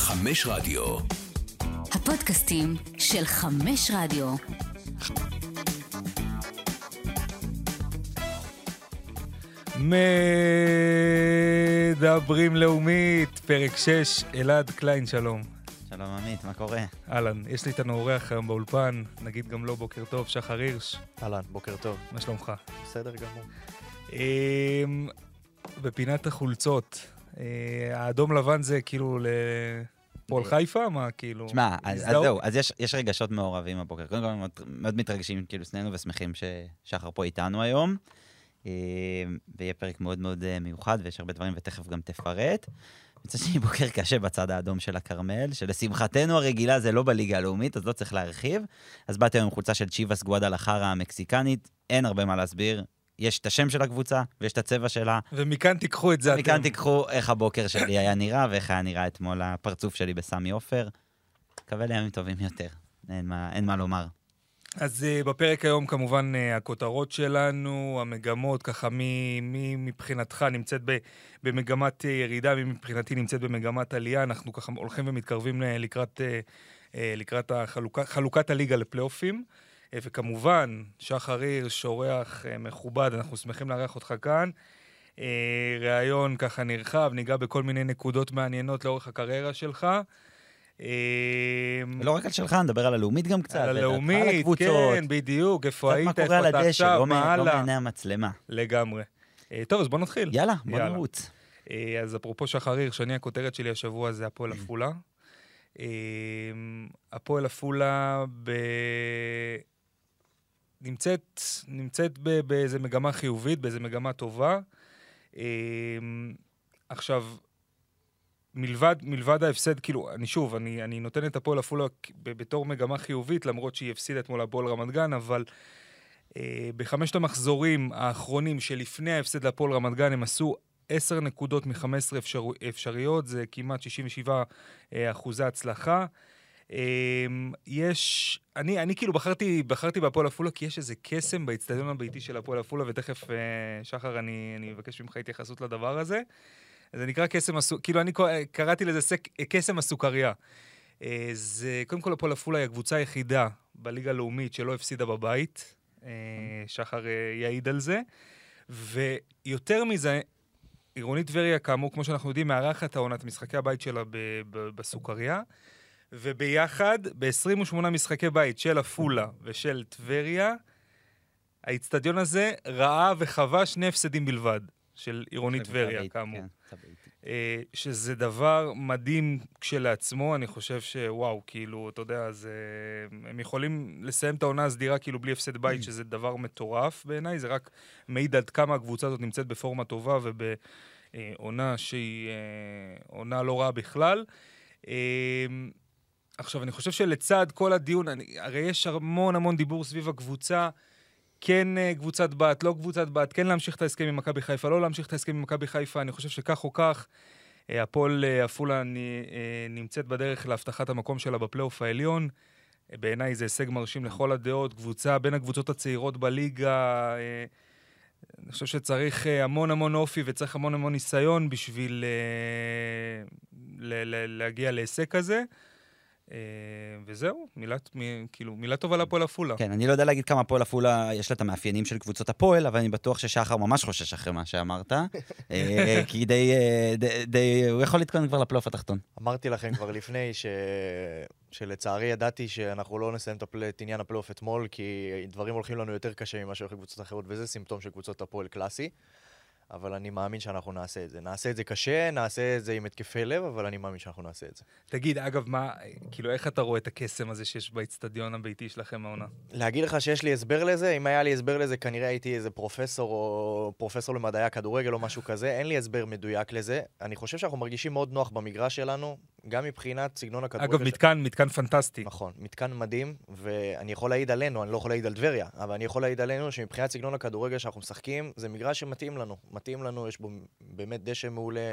חמש רדיו. הפודקאסטים של חמש רדיו. מדברים לאומית, פרק 6, אלעד קליין, שלום. שלום עמית, מה קורה? אהלן, יש לי איתנו אורח היום באולפן, נגיד גם לא בוקר טוב, שחר הירש. אהלן, בוקר טוב. מה שלומך? בסדר גמור. בפינת החולצות, האדום לבן זה כאילו לפועל חיפה? מה כאילו? תשמע, אז זהו, אז יש רגשות מעורבים הבוקר. קודם כל, מאוד מתרגשים, כאילו סנינו ושמחים ששחר פה איתנו היום. ויהיה פרק מאוד מאוד מיוחד, ויש הרבה דברים, ותכף גם תפרט. מצד שני בוקר קשה בצד האדום של הקרמל, שלשמחתנו הרגילה זה לא בליגה הלאומית, אז לא צריך להרחיב. אז באתי היום עם חולצה של צ'יבאס גואדלחרה המקסיקנית, אין הרבה מה להסביר. יש את השם של הקבוצה, ויש את הצבע שלה. ומכאן תיקחו את זה אתם. ומכאן תיקחו איך הבוקר שלי היה נראה, ואיך היה נראה אתמול הפרצוף שלי בסמי עופר. מקווה לימים טובים יותר, אין מה לומר. אז בפרק היום כמובן הכותרות שלנו, המגמות, ככה מי מבחינתך נמצאת במגמת ירידה, מי מבחינתי נמצאת במגמת עלייה, אנחנו ככה הולכים ומתקרבים לקראת חלוקת הליגה לפלייאופים, וכמובן שחר הירש, אורח מכובד, אנחנו שמחים לארח אותך כאן, ראיון ככה נרחב, ניגע בכל מיני נקודות מעניינות לאורך הקריירה שלך, לא רק על שלך, נדבר על הלאומית גם קצת. על הלאומית, כן, בדיוק, איפה היית, איפה אתה עכשיו, מה הלאה. לא מעיני המצלמה. לגמרי. טוב, אז בוא נתחיל. יאללה, בוא נרוץ. אז אפרופו שחר הירש, הכותרת שלי השבוע זה הפועל עפולה. הפועל עפולה נמצאת באיזו מגמה חיובית, באיזו מגמה טובה. עכשיו, מלבד ההפסד, כאילו, אני נותן את הפועל עפולה בתור מגמה חיובית, למרות שהיא הפסידה אתמול הפועל רמת גן, אבל בחמשת המחזורים האחרונים שלפני ההפסד לפועל רמת גן, הם עשו 10 נקודות מ-15 אפשריות, זה כמעט 67% הצלחה. אני כאילו בחרתי בהפועל עפולה, כי יש איזה קסם באצטדיון הביתי של הפועל עפולה, ותכף, שחר, אני אבקש ממך התייחסות לדבר הזה. זה נקרא קסם, כאילו אני קראתי לזה קסם הסוכריה. זה, קודם כל הפועל עפולה היא הקבוצה היחידה בליגה הלאומית שלא הפסידה בבית. שחר יעיד על זה. ויותר מזה, עירונית טבריה, כאמור, כמו שאנחנו יודעים, מארחת העונת משחקי הבית שלה בסוכריה. וביחד, ב-28 משחקי בית של עפולה ושל טבריה, האצטדיון הזה ראה וחווה 2 הפסדים בלבד. של עירונית טבריה, כאמור. שזה דבר מדהים כשלעצמו, אני חושב שוואו, כאילו, אתה יודע, הם יכולים לסיים את העונה הסדירה כאילו בלי הפסד בית, שזה דבר מטורף בעיניי, זה רק מעיד עד כמה הקבוצה הזאת נמצאת בפורמה טובה, ובעונה שהיא עונה לא רעה בכלל. עכשיו, אני חושב שלצד כל הדיון, הרי יש המון דיבור סביב הקבוצה, כן קבוצת בת, לא קבוצת בת, כן להמשיך את ההסכם עם מכבי חיפה, לא להמשיך את ההסכם עם מכבי חיפה, אני חושב שכך או כך, הפועל עפולה נמצאת בדרך להבטחת המקום שלה בפלייאוף העליון, בעיניי זה הישג מרשים לכל הדעות, קבוצה בין הקבוצות הצעירות בליגה, אני חושב שצריך המון אופי וצריך המון ניסיון בשביל להגיע להישג כזה, וזהו, מילה טובה לפועל עפולה. כן, אני לא יודע להגיד כמה הפועל עפולה יש לה את המאפיינים של קבוצות הפועל, אבל אני בטוח ששחר ממש חושש אחרי מה שאמרת, כי הוא יכול להתכונן כבר לפלייאוף התחתון. אמרתי לכם כבר לפני שלצערי ידעתי שאנחנו לא נסיים את עניין הפלייאוף אתמול, כי דברים הולכים לנו יותר קשה ממה שהולכים קבוצות אחרות, וזה סימפטום של קבוצות הפועל קלאסי. אבל אני מאמין שאנחנו נעשה את זה. נעשה את זה קשה, נעשה את זה עם התקפי לב, אבל אני מאמין שאנחנו נעשה את זה. תגיד, אגב, איך אתה רואה את הקסם הזה שיש באצטדיון הביתי שלכם העונה? להגיד לך שיש לי הסבר לזה? אם היה לי הסבר לזה, כנראה הייתי איזה פרופסור או פרופסור למדעי הכדורגל או משהו כזה. אין לי הסבר מדויק לזה. אני חושב שאנחנו מרגישים מאוד נוח במגרש שלנו, גם מבחינת סגנון הכדורגל. אגב, מתקן פנטסטי. נכון, מתקן מדהים, ואני יכול להעיד עלינו, אני לא יכול להעיד על טבריה, אבל אני יכול להעיד עלינו שמבחינת סגנון הכדורגל שאנחנו משחקים, זה מגרש שמתאים לנו. מתאים לנו, יש בו באמת דשא מעולה,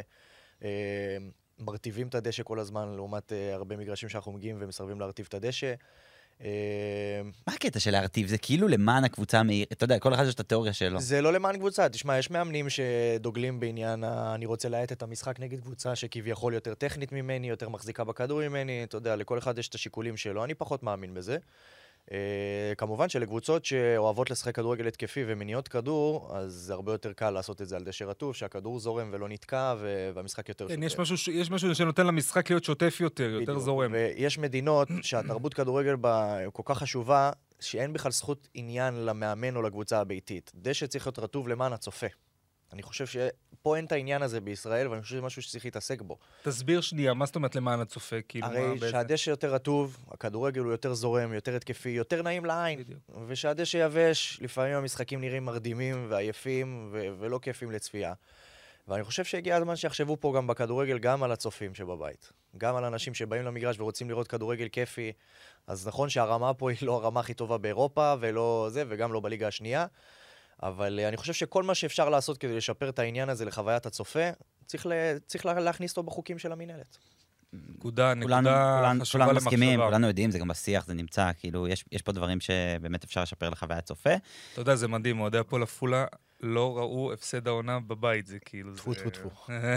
מרטיבים את הדשא כל הזמן, לעומת הרבה מגרשים שאנחנו מגיעים ומסרבים להרטיב את הדשא. מה הקטע של להרטיב? זה כאילו למען הקבוצה המהיר, אתה יודע, כל אחד יש את התיאוריה שלו. זה לא למען קבוצה, תשמע, יש מאמנים שדוגלים בעניין, אני רוצה להאט את המשחק נגד קבוצה שכביכול יותר טכנית ממני, יותר מחזיקה בכדור ממני, אתה יודע, לכל אחד יש את השיקולים שלו, אני פחות מאמין בזה. כמובן שלקבוצות שאוהבות לשחק כדורגל התקפי ומניעות כדור, אז זה הרבה יותר קל לעשות את זה על דשא רטוב, שהכדור זורם ולא נתקע והמשחק יותר שוטף. יש משהו שנותן למשחק להיות שוטף יותר זורם. ויש מדינות שהתרבות כדורגל בה כל כך חשובה, שאין בכלל זכות עניין למאמן או לקבוצה הביתית. דשא צריך להיות רטוב למען הצופה. אני חושב שפה אין את העניין הזה בישראל, ואני חושב שזה משהו שצריך להתעסק בו. תסביר שנייה, מה זאת אומרת למען הצופה? הרי שהדשא יותר רטוב, הכדורגל הוא יותר זורם, יותר התקפי, יותר נעים לעין. ושהדשא יבש, לפעמים המשחקים נראים מרדימים ועייפים ולא כיפים לצפייה. ואני חושב שהגיע הזמן שיחשבו פה גם בכדורגל, גם על הצופים שבבית. גם על אנשים שבאים למגרש ורוצים לראות כדורגל כיפי. אז נכון שהרמה פה היא לא הרמה הכי טובה באירופה, ולא זה, וגם לא בליגה השנייה. אבל אני חושב שכל מה שאפשר לעשות כדי לשפר את העניין הזה לחוויית הצופה, צריך להכניס אותו בחוקים של המנהלת. נקודה חשובה למחשבה. כולנו מסכימים, כולנו יודעים, זה גם בשיח, זה נמצא, כאילו, יש פה דברים שבאמת אפשר לשפר לחוויית צופה. אתה יודע, זה מדהים, אוהדי הפועל עפולה לא ראו הפסד העונה בבית, זה כאילו... טפו, טפו, טפו.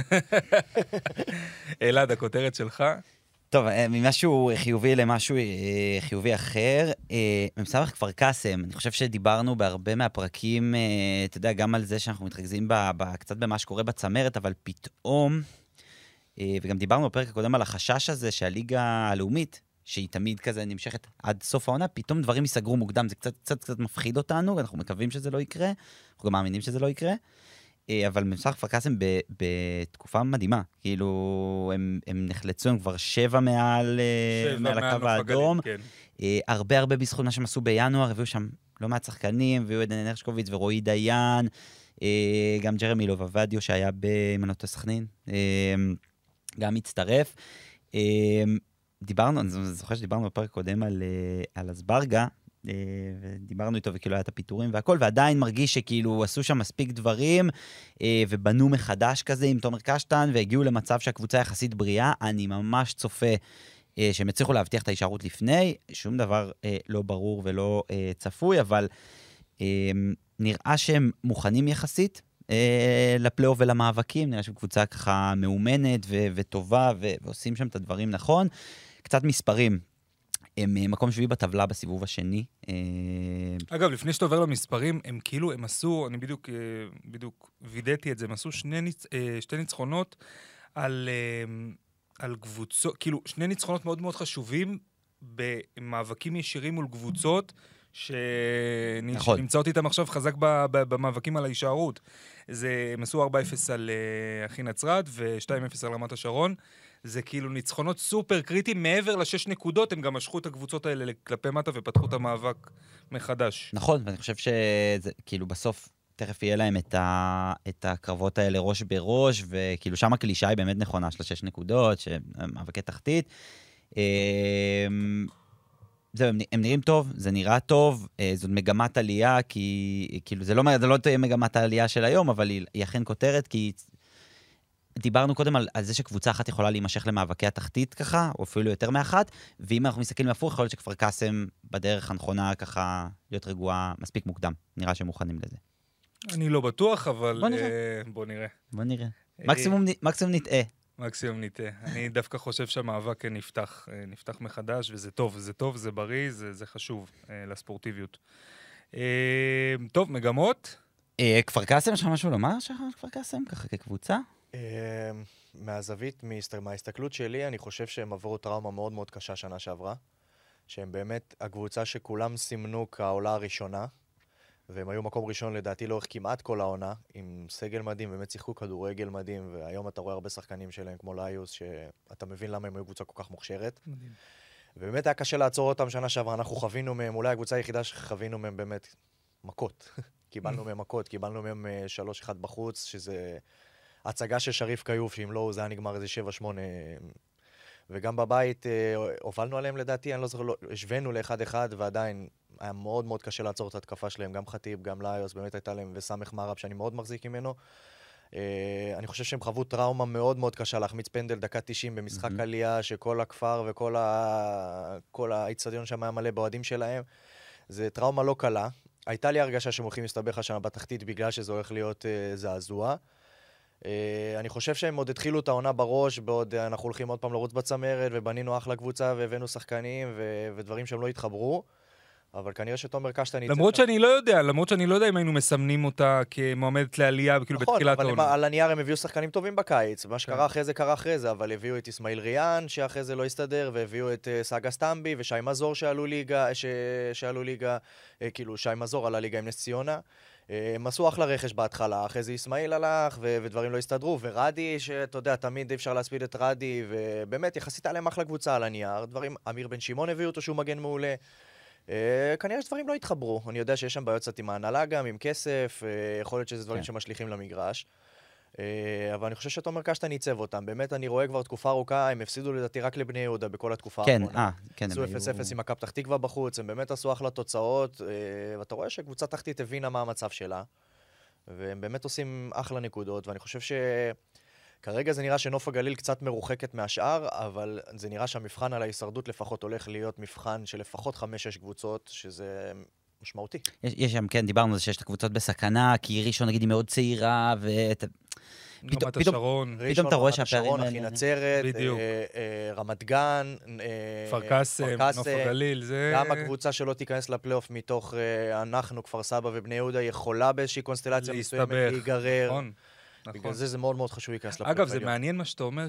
אלעד, הכותרת שלך? טוב, ממשהו חיובי למשהו חיובי אחר, ממסמך כפר קאסם, אני חושב שדיברנו בהרבה מהפרקים, אתה יודע, גם על זה שאנחנו מתרכזים קצת במה שקורה בצמרת, אבל פתאום, וגם דיברנו בפרק הקודם על החשש הזה שהליגה הלאומית, שהיא תמיד כזה נמשכת עד סוף העונה, פתאום דברים ייסגרו מוקדם, זה קצת מפחיד אותנו, ואנחנו מקווים שזה לא יקרה, אנחנו גם מאמינים שזה לא יקרה. אבל ממסך כפר קאסם בתקופה מדהימה, כאילו הם נחלצו, הם כבר 7 מעל הקו האדום, הרבה בזכות מה שהם עשו בינואר, הביאו שם לא מעט שחקנים, הביאו עדן הרשקוביץ ורועי דיין, גם ג'רמי לובבדיו שהיה במנות הסכנין, גם הצטרף. דיברנו, אני זוכר שדיברנו בפרק קודם על אסברגה, ודיברנו איתו וכאילו היה את הפיתורים והכל, ועדיין מרגיש שכאילו עשו שם מספיק דברים, ובנו מחדש כזה עם תומר קשטן, והגיעו למצב שהקבוצה יחסית בריאה. אני ממש צופה שהם הצליחו להבטיח את ההישארות לפני, שום דבר לא ברור ולא צפוי, אבל נראה שהם מוכנים יחסית לפלייאוף ולמאבקים, נראה שקבוצה ככה מאומנת וטובה, ועושים שם את הדברים נכון. קצת מספרים. הם מקום שביעי בטבלה בסיבוב השני. אגב, לפני שאתה עובר למספרים, הם כאילו, הם עשו, אני בדיוק וידאתי את זה, הם עשו שתי ניצחונות על קבוצות, כאילו, שני ניצחונות מאוד מאוד חשובים במאבקים ישירים מול קבוצות, שנמצאות איתם עכשיו חזק במאבקים על ההישארות. הם עשו 4-0 על אחי נצרת ו-2-0 על רמת השרון. זה כאילו ניצחונות סופר קריטיים, מעבר ל6 נקודות, הם גם משכו את הקבוצות האלה כלפי מטה ופתחו את המאבק מחדש. נכון, ואני חושב שזה כאילו בסוף תכף יהיה להם את הקרבות האלה ראש בראש, וכאילו שם הקלישה היא באמת נכונה של 6 נקודות, שמאבקי תחתית. זהו, הם נראים טוב, זה נראה טוב, זאת מגמת עלייה, כי כאילו זה לא תהיה מגמת העלייה של היום, אבל היא אכן כותרת, כי דיברנו קודם על זה שקבוצה אחת יכולה להימשך למאבקי התחתית ככה, או אפילו יותר מאחת, ואם אנחנו מסתכלים הפוך, יכול להיות שכפר קאסם בדרך הנכונה ככה להיות רגועה מספיק מוקדם. נראה שהם מוכנים לזה. אני לא בטוח, אבל בוא נראה. בוא נראה. מקסימום נטעה. מקסימום נטעה. אני דווקא חושב שהמאבק נפתח מחדש, וזה טוב, זה בריא, זה חשוב לספורטיביות. טוב, מגמות? כפר קאסם, יש לך משהו לומר שחר כפר קאסם, ככה כקבוצה? מהזווית, מההסתכלות שלי, אני חושב שהם עברו טראומה מאוד מאוד קשה שנה שעברה, שהם באמת הקבוצה שכולם סימנו כעולה הראשונה, והם היו מקום ראשון לדעתי לאורך כמעט כל העונה, עם סגל מדהים, באמת שיחקו כדורגל מדהים, והיום אתה רואה הרבה שחקנים שלהם כמו ליוס, שאתה מבין למה הם היו קבוצה כל כך מוכשרת. מדהים. ובאמת היה קשה לעצור אותם שנה שעברה, אנחנו חווינו מהם, אולי הקבוצה היחידה שחווינו מהם באמת מכות. קיבלנו מהם מכות, קיבלנו מהם 3-1 בחוץ, שזה הצגה של שריף קיוף, שאם לא, זה היה נגמר איזה 7-8. וגם בבית הובלנו עליהם לדעתי, אני לא זוכר, השווינו ל-1-1, ועדיין היה מאוד מאוד קשה לעצור את התקפה שלהם, גם חטיב, גם ליוס, באמת הייתה להם וסמך מערב, שאני מאוד מחזיק ממנו. אני חושב שהם חוו טראומה מאוד מאוד קשה להחמיץ פנדל דקה 90 במשחק עלייה, שכל הכפר וכל האצטדיון שם היה מלא באוהדים שלהם. זה טראומה לא קלה. הייתה לי הרגשה שהם הולכים להסתבך השנה בתחתית בגלל שזה הולך להיות זעזוע. אני חושב שהם עוד התחילו את העונה בראש, בעוד אנחנו הולכים עוד פעם לרוץ בצמרת, ובנינו אחלה קבוצה, והבאנו שחקנים, ודברים שהם לא התחברו. אבל כנראה שתומר קשטן יצא... למרות שאני לא יודע אם היינו מסמנים אותה כמועמדת לעלייה, כאילו בתחילת העונה. נכון, אבל על הנייר הם הביאו שחקנים טובים בקיץ. מה שקרה אחרי זה, קרה אחרי זה, אבל הביאו את אסמאעיל ריאן, שאחרי זה לא הסתדר, והביאו את סאגה סטמבי, ושי מזור שעלו ליגה, כאילו שי מזור עלה ליגה עם נס ציונה. הם עשו אחלה רכש בהתחלה, אחרי זה אסמאעיל הלך, ודברים לא הסתדרו, ורדי, שאתה יודע, תמיד אפשר להספיד את רדי, ובאמת, יחסית עליהם אחלה קבוצה על הנייר. דברים, אמיר בן שמעון הביאו אותו שהוא מגן מעולה. כנראה שדברים לא התחברו. אני יודע שיש שם בעיות קצת עם ההנהלה גם, עם כסף, יכול להיות שזה דברים שמשליכים למגרש. אבל אני חושב שתומר קשטן ייצב אותם. באמת, אני רואה כבר תקופה ארוכה, הם הפסידו לדעתי רק לבני יהודה בכל התקופה האחרונה. כן, עשו 0-0 עם מכבי פתח תקווה בחוץ, הם באמת עשו אחלה תוצאות, ואתה רואה שקבוצה תחתית הבינה מה המצב שלה, והם באמת עושים אחלה נקודות, ואני חושב כרגע זה נראה שנוף הגליל קצת מרוחקת מהשאר, אבל זה נראה שהמבחן על ההישרדות לפחות הולך להיות מבחן של לפחות 5-6 קבוצות, שזה משמעותי. יש שם, כן, דיברנו על זה שיש את הקבוצות בסכנה, כי ראשון נגיד היא מאוד צעירה, רמת השרון. פתאום אתה רואה שהפערים האלה... אחי נצרת, רמת גן, כפר קאסם, נוף הגליל, זה... גם הקבוצה שלא תיכנס לפלייאוף מתוך אנחנו, כפר סבא ובני יהודה, יכולה באיזושהי קונסטלציה מסוימת להיגרר. נכון. בגלל זה מאוד מאוד חשוב להיכנס לפלייאוף. אגב, זה מעניין מה שאתה אומר,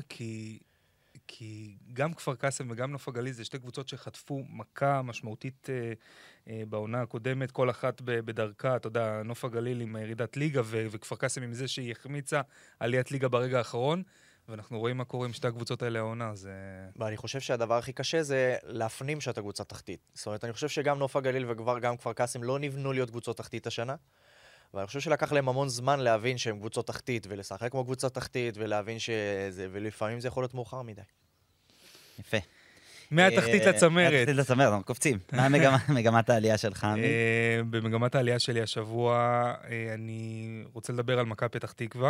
כי גם כפר קאסם וגם נוף הגליל זה שתי קבוצות שחטפו מכה משמעותית בעונה הקודמת, כל אחת בדרכה, אתה יודע, נוף הגליל עם ירידת ליגה וכפר קאסם עם זה שהיא החמיצה עליית ליגה ברגע האחרון, ואנחנו רואים מה קורה עם שתי הקבוצות האלה העונה. ואני חושב שהדבר הכי קשה זה להפנים שאתה קבוצה תחתית. זאת אומרת, אני חושב שגם נוף הגליל וגם כפר קאסם לא נבנו להיות קבוצות תחתית השנה, ואני חושב שלקח להם המון זמן להבין שהם קבוצות תחתית, ולשחק כמו קבוצה תחתית, ולהבין ולפעמים זה יכול להיות מאוחר מדי. יפה. מהתחתית לצמרת. מהתחתית לצמרת, אנחנו קופצים. מה מגמת העלייה שלך, עמי? במגמת העלייה שלי השבוע, אני רוצה לדבר על מכבי פתח תקווה,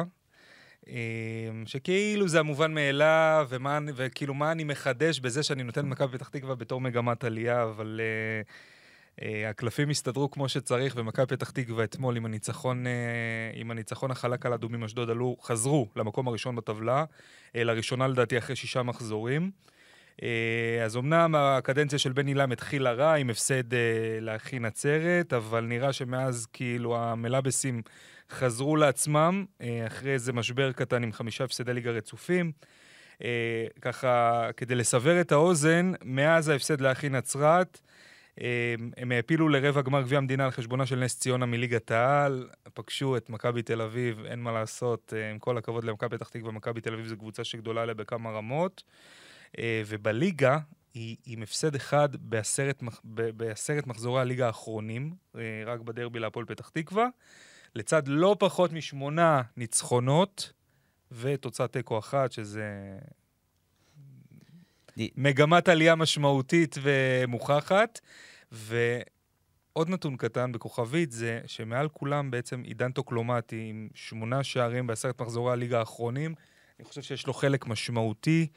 שכאילו זה המובן מאליו, וכאילו מה אני מחדש בזה שאני נותן מכבי פתח תקווה בתור מגמת עלייה, אבל... הקלפים הסתדרו כמו שצריך, ומכבי פתח תקווה אתמול עם הניצחון החלק על אדומים אשדוד חזרו למקום הראשון בטבלה, לראשונה לדעתי אחרי 6 מחזורים. אז אמנם הקדנציה של בן אילם התחילה רע עם הפסד לאחי נצרת, אבל נראה שמאז כאילו המלאבסים חזרו לעצמם, אחרי איזה משבר קטן עם 5 הפסדי ליגה רצופים. ככה, כדי לסבר את האוזן, מאז ההפסד לאחי נצרת, הם העפילו לרבע גמר גביע המדינה על חשבונה של נס ציונה מליגת העל, פגשו את מכבי תל אביב, אין מה לעשות, עם כל הכבוד למכבי פתח תקווה, מכבי תל אביב זו קבוצה שגדולה עליה בכמה רמות, ובליגה היא עם הפסד אחד בעשרת מחזורי הליגה האחרונים, רק בדרבי להפועל פתח תקווה, לצד לא פחות מ8 ניצחונות, ותוצאת תיקו אחת, שזה... מגמת עלייה משמעותית ומוכחת, ועוד נתון קטן בכוכבית זה שמעל כולם בעצם עידן טוקלומטי עם 8 שערים ב10 מחזורי הליגה האחרונים, אני חושב שיש לו חלק משמעותי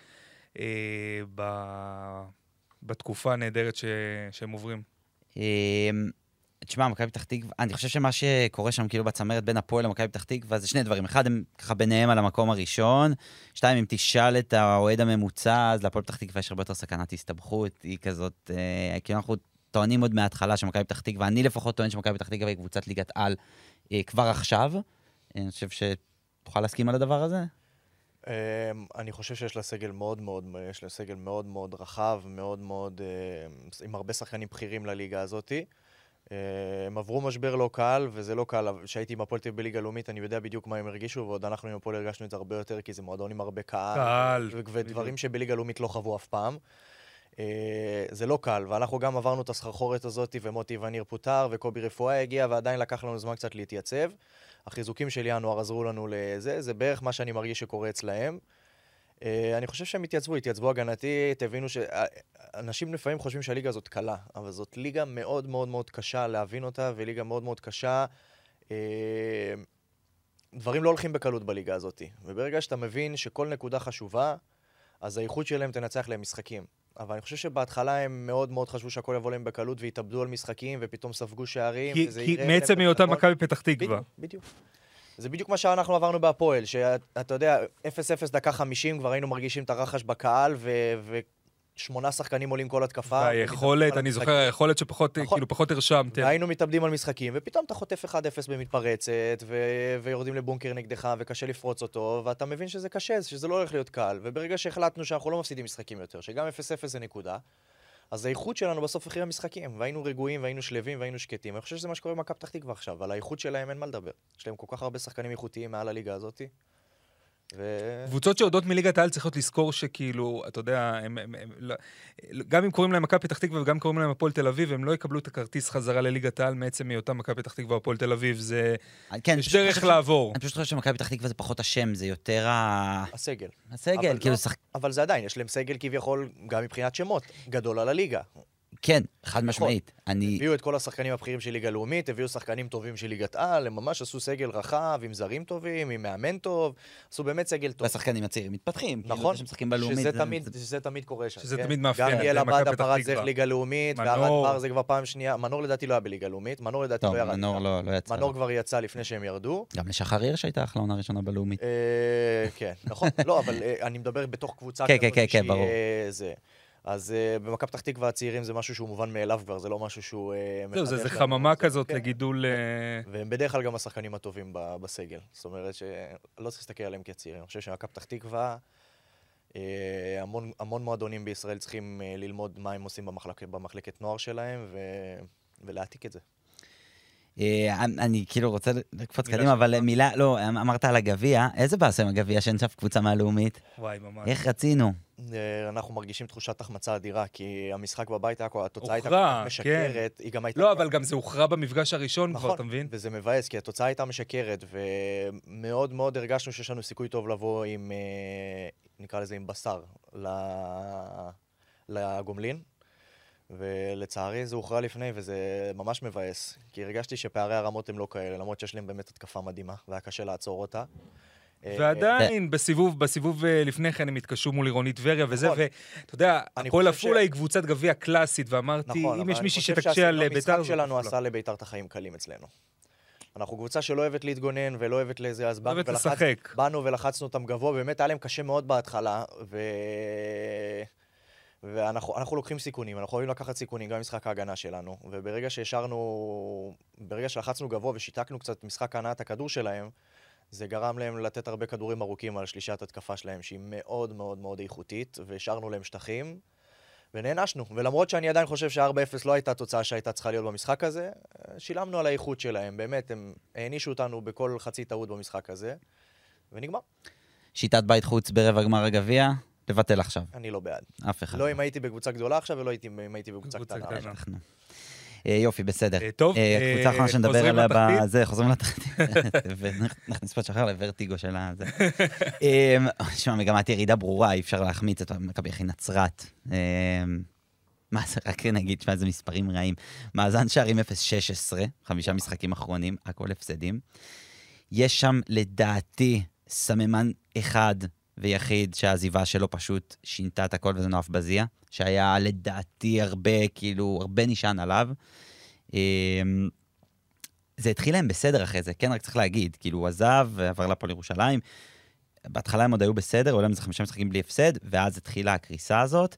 בתקופה הנהדרת שהם עוברים. תשמע, מכבי פתח תקווה, אני חושב שמה שקורה שם כאילו בצמרת בין הפועל למכבי פתח תקווה זה 2 דברים. אחד, הם ככה ביניהם על המקום הראשון. 2, אם תשאל את האוהד הממוצע, אז להפועל פתח תקווה יש הרבה יותר סכנת הסתבכות. היא כזאת, כאילו אנחנו טוענים עוד מההתחלה שמכבי פתח תקווה, אני לפחות טוען שמכבי פתח תקווה היא קבוצת ליגת על כבר עכשיו. אני חושב שתוכל להסכים על הדבר הזה? אני חושב שיש לה סגל מאוד מאוד רחב, מאוד מאוד, עם הרבה שחקנים בכירים לליגה הזאתי. הם עברו משבר לא קל, וזה לא קל. כשהייתי עם הפועל תל אביב בליגה לאומית, אני יודע בדיוק מה הם הרגישו, ועוד אנחנו עם הפועל הרגשנו את זה הרבה יותר, כי זה מועדון עם הרבה קהל, ודברים שבליגה לאומית לא חוו אף פעם. זה לא קל, ואנחנו גם עברנו את הסחרחורת הזאת, ומוטי וניר פוטר, וקובי רפואה הגיע, ועדיין לקח לנו זמן קצת להתייצב. החיזוקים של ינואר עזרו לנו לזה, זה בערך מה שאני מרגיש שקורה אצלהם. אני חושב שהם התייצבו הגנתית, הבינו שאנשים לפעמים חושבים שהליגה הזאת קלה, אבל זאת ליגה מאוד מאוד מאוד קשה להבין אותה, וליגה מאוד מאוד קשה דברים לא הולכים בקלות בליגה הזאת. וברגע שאתה מבין שכל נקודה חשובה, אז האיכות שלהם תנצח להם משחקים. אבל אני חושב שבהתחלה הם מאוד מאוד חשבו שהכל יבוא להם בקלות, והתאבדו על משחקים, ופתאום ספגו שערים. כי מעצם היותה מכבי פתח תקווה. בדיוק. זה בדיוק מה שאנחנו עברנו בהפועל, שאתה יודע, 0-0 דקה 50, כבר היינו מרגישים את הרחש בקהל, ו8 שחקנים עולים כל התקפה. והיכולת, אני זוכר, היכולת שפחות, כאילו פחות הרשמתם. והיינו מתאבדים על משחקים, ופתאום אתה חוטף 1-0 במתפרצת, ויורדים לבונקר נגדך, וקשה לפרוץ אותו, ואתה מבין שזה קשה, שזה לא הולך להיות קל. וברגע שהחלטנו שאנחנו לא מפסידים משחקים יותר, שגם 0-0 זה נקודה, אז האיכות שלנו בסוף הכי המשחקים, והיינו רגועים, והיינו שלווים, והיינו שקטים. אני חושב שזה מה שקורה במכבי פתח תקווה עכשיו, על האיכות שלהם אין מה לדבר. יש להם כל כך הרבה שחקנים איכותיים מעל הליגה הזאת. קבוצות שיורדות מליגת העל צריכות לזכור שכאילו, אתה יודע, גם אם קוראים להם מכבי פתח תקווה וגם קוראים להם הפועל תל אביב, הם לא יקבלו את הכרטיס חזרה לליגת העל מעצם מהיותם מכבי פתח תקווה והפועל תל אביב, זה יש דרך לעבור. אני פשוט חושב שמכבי פתח תקווה זה פחות השם, זה יותר הסגל. הסגל, כאילו אבל זה עדיין, יש להם סגל כביכול גם מבחינת שמות, גדול על הליגה. כן, חד משמעית. הביאו את כל השחקנים הבכירים של ליגה לאומית, הביאו שחקנים טובים של ליגת על, הם ממש עשו סגל רחב, עם זרים טובים, עם מאמן טוב, עשו באמת סגל טוב. והשחקנים הצעירים מתפתחים. נכון, שמשחקים בלאומית. שזה תמיד קורה שם. שזה תמיד מאפיין. גם יאללה בעד הפרץ זה ליגה לאומית, וערד בר זה כבר פעם שנייה. מנור לדעתי לא היה בליגה לאומית, מנור לדעתי לא ירד. מנור לא יצא. מנור כבר יצא לפני שהם ירדו. גם לשחר הירש שהייתה האחלונה הראשונה בלאומית. כן, נכון. לא, אבל אני מדבר בתוך קבוצה כן, ברור. אז במכבי פתח תקווה הצעירים זה משהו שהוא מובן מאליו כבר, זה לא משהו שהוא... זהו, זה חממה כזאת לגידול... והם בדרך כלל גם השחקנים הטובים בסגל. זאת אומרת שלא צריך להסתכל עליהם כצעירים. אני חושב שמכבי פתח תקווה, המון מועדונים בישראל צריכים ללמוד מה הם עושים במחלקת נוער שלהם, ולהעתיק את זה. אני כאילו רוצה לקפוץ קדימה, אבל מילה, לא, אמרת על הגביע, איזה בעצם הגביע שאין שף קבוצה מהלאומית? וואי, ממש. איך רצינו? אנחנו מרגישים תחושת החמצה אדירה, כי המשחק בבית, התוצאה הייתה הוכרע, משקרת, כן. היא גם הייתה... לא, אבל גם זה הוכרע במפגש הראשון כבר, אתה מבין? וזה מבאס, כי התוצאה הייתה משקרת, ומאוד מאוד הרגשנו שיש לנו סיכוי טוב לבוא עם, נקרא לזה, עם בשר לגומלין. ולצערי זה הוכרע לפני, וזה ממש מבאס, כי הרגשתי שפערי הרמות הם לא כאלה, למרות שיש להם באמת התקפה מדהימה, והיה קשה לעצור אותה. ועדיין, בסיבוב לפני כן הם התקשו מול עירונית טבריה וזה, ואתה יודע, הפועל עפולה היא קבוצת גביע קלאסית, ואמרתי, אם יש מישהי שתקשה על ביתר... המשחק שלנו עשה לביתר את החיים קלים אצלנו. אנחנו קבוצה שלא אוהבת להתגונן ולא אוהבת לזה, אז באנו ולחצנו אותם גבוה, באמת היה להם קשה מאוד בהתחלה, ואנחנו לוקחים סיכונים, אנחנו אוהבים לקחת סיכונים, גם משחק ההגנה שלנו, וברגע שלחצנו גבוה ושיתקנו קצת משחק הנעת הכדור שלהם, זה גרם להם לתת הרבה כדורים ארוכים על שלישת התקפה שלהם, שהיא מאוד מאוד מאוד איכותית, והשארנו להם שטחים, ונענשנו. ולמרות שאני עדיין חושב ש-4-0 לא הייתה תוצאה שהייתה צריכה להיות במשחק הזה, שילמנו על האיכות שלהם, באמת, הם הענישו אותנו בכל חצי טעות במשחק הזה, ונגמר. שיטת בית חוץ ברבע גמר הגביע? לבטל עכשיו. אני לא בעד. אף אחד. לא אם הייתי בקבוצה גדולה עכשיו, ולא אם הייתי בקבוצה קטנה. יופי, בסדר. טוב, קבוצה אחרונה שנדבר עליה בזה, חוזרים לתחתית. ונכניס פה שחר לוורטיגו של הזה. שמע, מגמת ירידה ברורה, אי אפשר להחמיץ את מכבי הכי נצרת. מה זה, רק נגיד, שמע, זה מספרים רעים. מאזן שערים 0-16, 5 משחקים אחרונים, הכל הפסדים. יש שם לדעתי סממן אחד ויחיד שהעזיבה שלו פשוט שינתה את הכל, וזה נואף בזיה, שהיה לדעתי הרבה נשען עליו. זה התחיל להם בסדר אחרי זה, כן, רק צריך להגיד, כאילו הוא עזב, עבר לפועל ירושלים, בהתחלה הם עוד היו בסדר, עולה מזה 5 משחקים בלי הפסד, ואז התחילה הקריסה הזאת.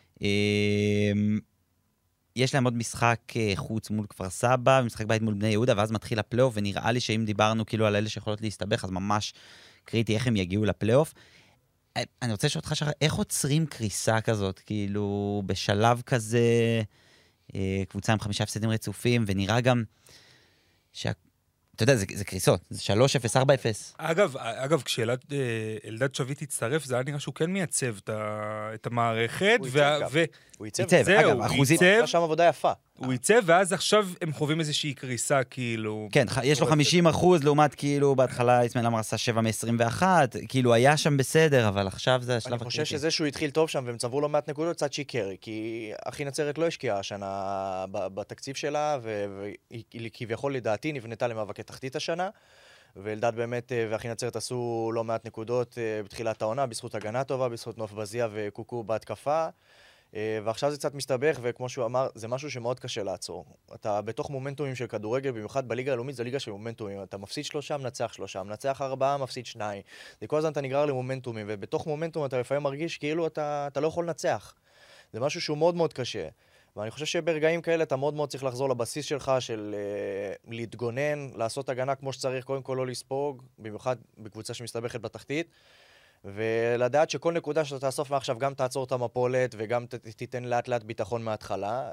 יש להם עוד משחק חוץ מול כפר סבא, משחק בית מול בני יהודה, ואז מתחיל הפלייאוף, ונראה לי שאם דיברנו כאילו על אלה שיכולות להסתבך, אז ממש קריטי איך הם יגיעו לפלייאוף. אני רוצה לשאול אותך, איך עוצרים קריסה כזאת, כאילו בשלב כזה, קבוצה עם 5 הפסדים רצופים, ונראה גם אתה יודע, זה קריסות, זה 3-0, 4-0. אגב, כשאלדד שביט הצטרף, זה היה נראה שהוא כן מייצב את המערכת. הוא ייצב, אגב, אחוזית. הוא עשה שם עבודה יפה. הוא ייצב, ואז עכשיו הם חווים איזושהי קריסה, כאילו... כן, יש לו 50%, לעומת כאילו, בהתחלה יסמאל אמר עשה 7 מ-21, כאילו היה שם בסדר, אבל עכשיו זה השלב הקריטי. אני חושב שזה שהוא התחיל טוב שם, והם צברו לו מעט נקודות, קצת שיקר, כי אחי נצרת לא השקיעה השנה בתקציב שלה, וכביכול לדעתי נבנתה למאבקי תחתית השנה, ואלדד באמת ואחי נצרת עשו לא מעט נקודות בתחילת העונה, בזכות הגנה טובה, בזכות נוף בזיה וקוקו בהתקפה. ועכשיו זה קצת מסתבך, וכמו שהוא אמר, זה משהו שמאוד קשה לעצור. אתה בתוך מומנטומים של כדורגל, במיוחד בליגה הלאומית, זה ליגה של מומנטומים. אתה מפסיד 3, מנצח 3, מנצח 4, מפסיד 2. זה כל הזמן אתה נגרר למומנטומים, ובתוך מומנטום אתה לפעמים מרגיש כאילו אתה לא יכול לנצח. זה משהו שהוא מאוד מאוד קשה. ואני חושב שברגעים כאלה אתה מאוד מאוד צריך לחזור לבסיס שלך, של להתגונן, לעשות הגנה כמו שצריך, קודם כל לא לספוג, במיוחד בקבוצה שמסתבכת בתחתית. ולדעת שכל נקודה שאתה תאסוף מעכשיו גם תעצור את המפולת וגם תיתן לאט לאט ביטחון מההתחלה.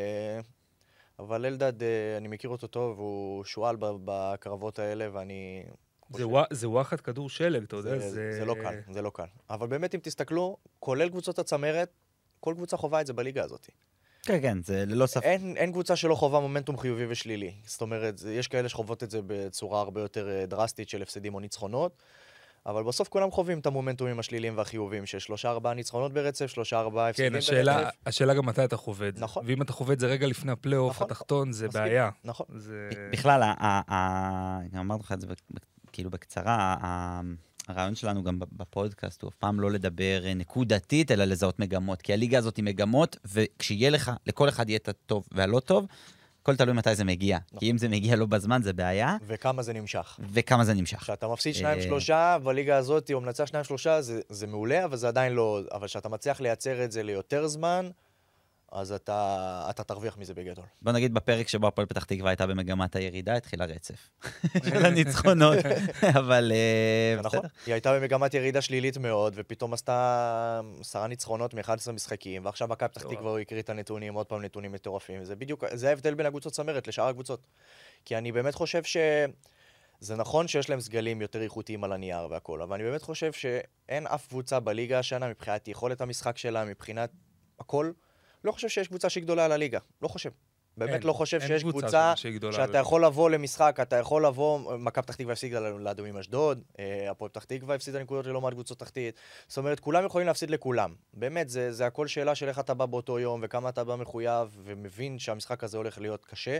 אבל אלדד, אני מכיר אותו טוב, הוא שואל בקרבות האלה ואני... זה וואחד כדור שלג, אתה יודע. זה לא קל, זה לא קל. אבל באמת אם תסתכלו, כולל קבוצות הצמרת, כל קבוצה חובה את זה בליגה הזאת. כן, כן, זה ללא ספק. אין קבוצה שלא חובה מומנטום חיובי ושלילי. זאת אומרת, יש כאלה שחוות את זה בצורה הרבה יותר דרסטית של הפסדים או ניצחונות. אבל בסוף כולם חווים את המומנטומים השליליים והחיוביים של 3-4 ניצחונות ברצף, 3-4 הפסדים ברצף. כן, השאלה גם מתי אתה חווה את זה. נכון. ואם אתה חווה את זה רגע לפני הפלייאוף התחתון, זה בעיה. נכון. בכלל, גם אמרתי לך את זה כאילו בקצרה, הרעיון שלנו גם בפודקאסט הוא אף פעם לא לדבר נקודתית, אלא לזהות מגמות. כי הליגה הזאת היא מגמות, וכשיהיה לך, לכל אחד יהיה את הטוב והלא טוב, הכל תלוי מתי זה מגיע. נכון. כי אם זה מגיע לא בזמן, זה בעיה. וכמה זה נמשך. וכמה זה נמשך. כשאתה מפסיד 2-3 בליגה הזאת, או מנצח 2-3, זה מעולה, אבל זה עדיין לא... אבל כשאתה מצליח לייצר את זה ליותר זמן, אז אתה תרוויח מזה בגדול. בוא נגיד בפרק שבו הפועל פתח תקווה הייתה במגמת הירידה, התחילה רצף של הניצחונות, אבל... נכון, היא הייתה במגמת ירידה שלילית מאוד, ופתאום עשתה 10 ניצחונות מ-11 משחקים, ועכשיו מכבי פתח תקווה הוא הקריא את הנתונים, עוד פעם נתונים מטורפים, וזה בדיוק, זה ההבדל בין הקבוצות צמרת לשאר הקבוצות. כי אני באמת חושב זה נכון שיש להם סגלים יותר איכותיים על הנייר והכל, אבל אני באמת חושב שאין אף קבוצה בליגה השנה מבחינת יכולת המשחק שלה, מבחינת הכל, לא חושב שיש קבוצה שהיא גדולה על הליגה. לא חושב. באמת לא חושב שיש קבוצה שאתה יכול לבוא למשחק, אתה יכול לבוא, מכבי פתח תקווה הפסידה לאדומים אשדוד, הפועל פתח תקווה הפסידה נקודות ללא מעט קבוצות תחתית. זאת אומרת, כולם יכולים להפסיד לכולם. באמת, זה הכל שאלה של איך אתה בא באותו יום, וכמה אתה בא מחויב, ומבין שהמשחק הזה הולך להיות קשה,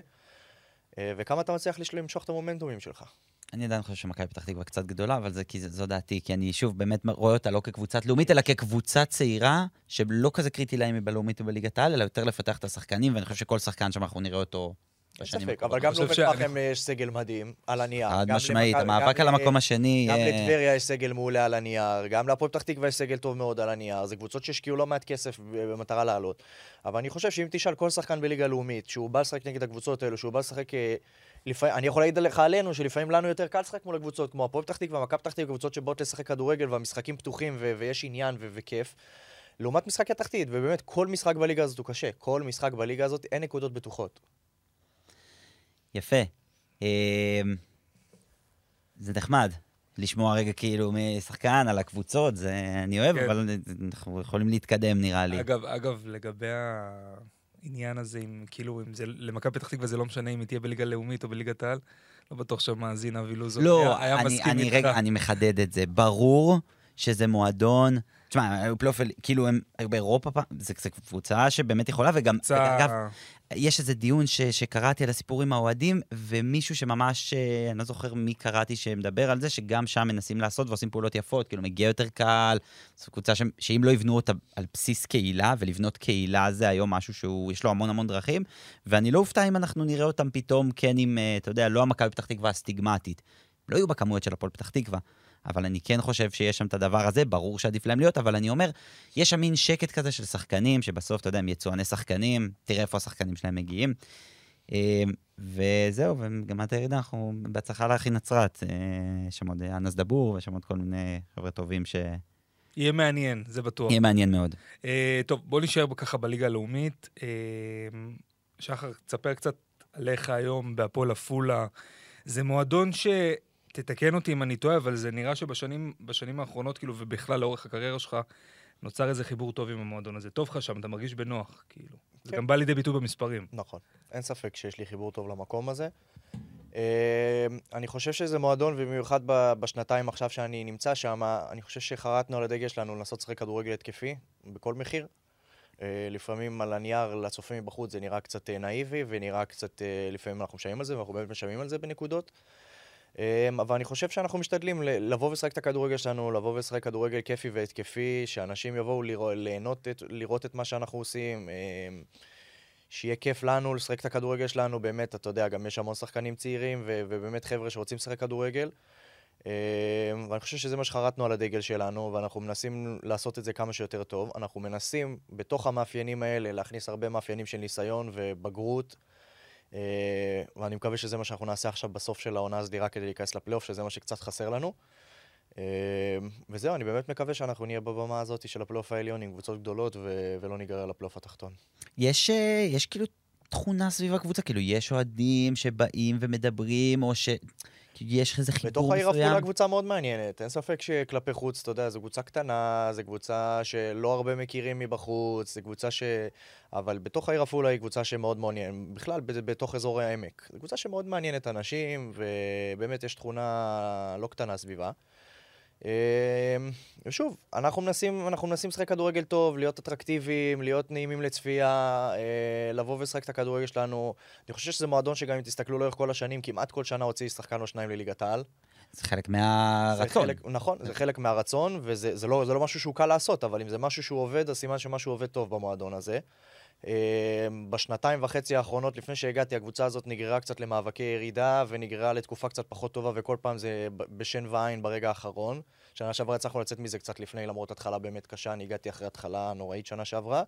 וכמה אתה מצליח למשוך את המומנטומים שלך. אני עדיין חושב שמכבי פתח תקווה קצת גדולה, אבל זו דעתי, כי אני שוב באמת רואה אותה לא כקבוצת לאומית, אלא כקבוצה צעירה, שלא כזה קריטי להם בלאומית ובליגת העל, אלא יותר לפתח את השחקנים, ואני חושב שכל שחקן שם אנחנו נראה אותו בשנים הקרובות. אבל גם לאום אל-פחם יש סגל מדהים על הנייר. חד משמעית, המאבק על המקום השני... גם לטבריה יש סגל מעולה על הנייר, גם להפועל פתח תקווה יש סגל טוב מאוד על הנייר, זה קבוצות שהשקיעו לא מעט כסף במטרה לעלות. אבל אני חושב שאם תשאל כל שחקן בליגה לאומית, שהוא בא לשחק נגד הקבוצות האלו, שהוא בא לשחק אני יכול להעיד לך עלינו שלפעמים לנו יותר קל לשחק מול הקבוצות, כמו הפועל פתח תקווה, מכבי פתח תקווה, קבוצות שבאות לשחק כדורגל והמשחקים פתוחים ויש עניין וכיף. לעומת משחק התחתית, ובאמת כל משחק בליגה הזאת הוא קשה. כל משחק בליגה הזאת אין נקודות בטוחות. יפה. זה נחמד. לשמוע רגע כאילו משחקן על הקבוצות, זה אני אוהב, אבל אנחנו יכולים להתקדם נראה לי. אגב, לגבי העניין הזה, כאילו, אם זה למכבי פתח תקווה זה לא משנה אם היא תהיה בליגה לאומית או בליגת העל, לא בטוח שהמאזין אבי לוזון היה מסכים איתך. רגע, אני מחדד את זה. ברור שזה מועדון, תשמע, פלייאוף, כאילו הם באירופה, זה קבוצה שבאמת יכולה, וגם, אגב, יש איזה דיון שקראתי על הסיפורים האוהדים, ומישהו שממש, אני לא זוכר מי קראתי שמדבר על זה, שגם שם מנסים לעשות ועושים פעולות יפות, כאילו מגיע יותר קל, זו קבוצה שאם לא יבנו אותה על בסיס קהילה, ולבנות קהילה זה היום משהו שיש לו המון המון דרכים, ואני לא אופתע אם אנחנו נראה אותם פתאום, כן עם, אתה יודע, לא המכבי פתח תקווה הסטיגמטית, לא יהיו בכמויות של הפועל פתח תקווה, אבל אני כן חושב שיש שם את הדבר הזה, ברור שעדיף להם להיות, אבל אני אומר, יש שם מין שקט כזה של שחקנים, שבסוף, אתה יודע, הם יצואני שחקנים, תראה איפה השחקנים שלהם מגיעים. וזהו, ומגמת הירידה, אנחנו בהצלחה להכין נצרת. יש שם עוד אנס דבור, ויש שם עוד כל מיני חבר'ה טובים ש... יהיה מעניין, זה בטוח. יהיה מעניין מאוד. טוב, בוא נשאר ככה בליגה הלאומית. שחר, תספר קצת עליך היום בהפועל עפולה. זה מועדון תתקן אותי אם אני טועה, אבל זה נראה שבשנים האחרונות, כאילו, ובכלל לאורך הקריירה שלך, נוצר איזה חיבור טוב עם המועדון הזה. טוב לך שם, אתה מרגיש בנוח, כאילו. זה גם בא לידי ביטוי במספרים. נכון. אין ספק שיש לי חיבור טוב למקום הזה. אני חושב שזה מועדון, ובמיוחד בשנתיים עכשיו שאני נמצא שם, אני חושב שחרטנו על הדגל שלנו לנסות לשחק כדורגל התקפי, בכל מחיר. לפעמים על הנייר לצופים מבחוץ זה נראה קצת נאיבי, ונראה קצת, לפעמים אנחנו משלמים על זה, ואנחנו באמת משלמים על זה בנקודות. אבל אני חושב שאנחנו משתדלים לבוא ולשחק את הכדורגל שלנו, לבוא ולשחק כדורגל כיפי והתקפי, שאנשים יבואו לראות את מה שאנחנו עושים, שיהיה כיף לנו לשחק את הכדורגל שלנו, באמת, אתה יודע, גם יש המון שחקנים צעירים, ובאמת חבר'ה שרוצים לשחק כדורגל, ואני חושב שזה מה שחרטנו על הדגל שלנו, ואנחנו מנסים לעשות את זה כמה שיותר טוב. אנחנו מנסים בתוך המאפיינים האלה להכניס הרבה מאפיינים של ניסיון ובגרות, ואני מקווה שזה מה שאנחנו נעשה עכשיו בסוף של העונה הסדירה כדי להיכנס לפלייאוף, שזה מה שקצת חסר לנו. וזהו, אני באמת מקווה שאנחנו נהיה בבמה הזאת של הפלייאוף העליון עם קבוצות גדולות ולא ניגרר לפלייאוף התחתון. יש כאילו תכונה סביב הקבוצה, כאילו יש אוהדים שבאים ומדברים, או יש איזה חיבור בתוך העיר מסוים? עפולה קבוצה מאוד מעניינת, אין ספק שכלפי חוץ, אתה יודע, זו קבוצה קטנה, זו קבוצה שלא הרבה מכירים מבחוץ, זו קבוצה אבל בתוך העיר עפולה היא קבוצה שמאוד מעניינת, בכלל בתוך אזור העמק. זו קבוצה שמאוד מעניינת אנשים, ובאמת יש תכונה לא קטנה סביבה. ושוב, אנחנו מנסים לשחק כדורגל טוב, להיות אטרקטיביים, להיות נעימים לצפייה, לבוא ולשחק את הכדורגל שלנו. אני חושב שזה מועדון שגם אם תסתכלו לאורך כל השנים, כמעט כל שנה הוציא שחקן או שניים לליגת העל. זה חלק מהרצון. נכון, זה חלק מהרצון, וזה לא משהו שהוא קל לעשות, אבל אם זה משהו שהוא עובד, אז סימן שמשהו עובד טוב במועדון הזה. בשנתיים וחצי האחרונות, לפני שהגעתי, הקבוצה הזאת נגררה קצת למאבקי ירידה, ונגררה לתקופה קצת פחות טובה, וכל פעם זה בשן ועין ברגע האחרון. שנה שעברה הצלחנו לצאת מזה קצת לפני, למרות התחלה באמת קשה, אני הגעתי אחרי התחלה נוראית שנה שעברה.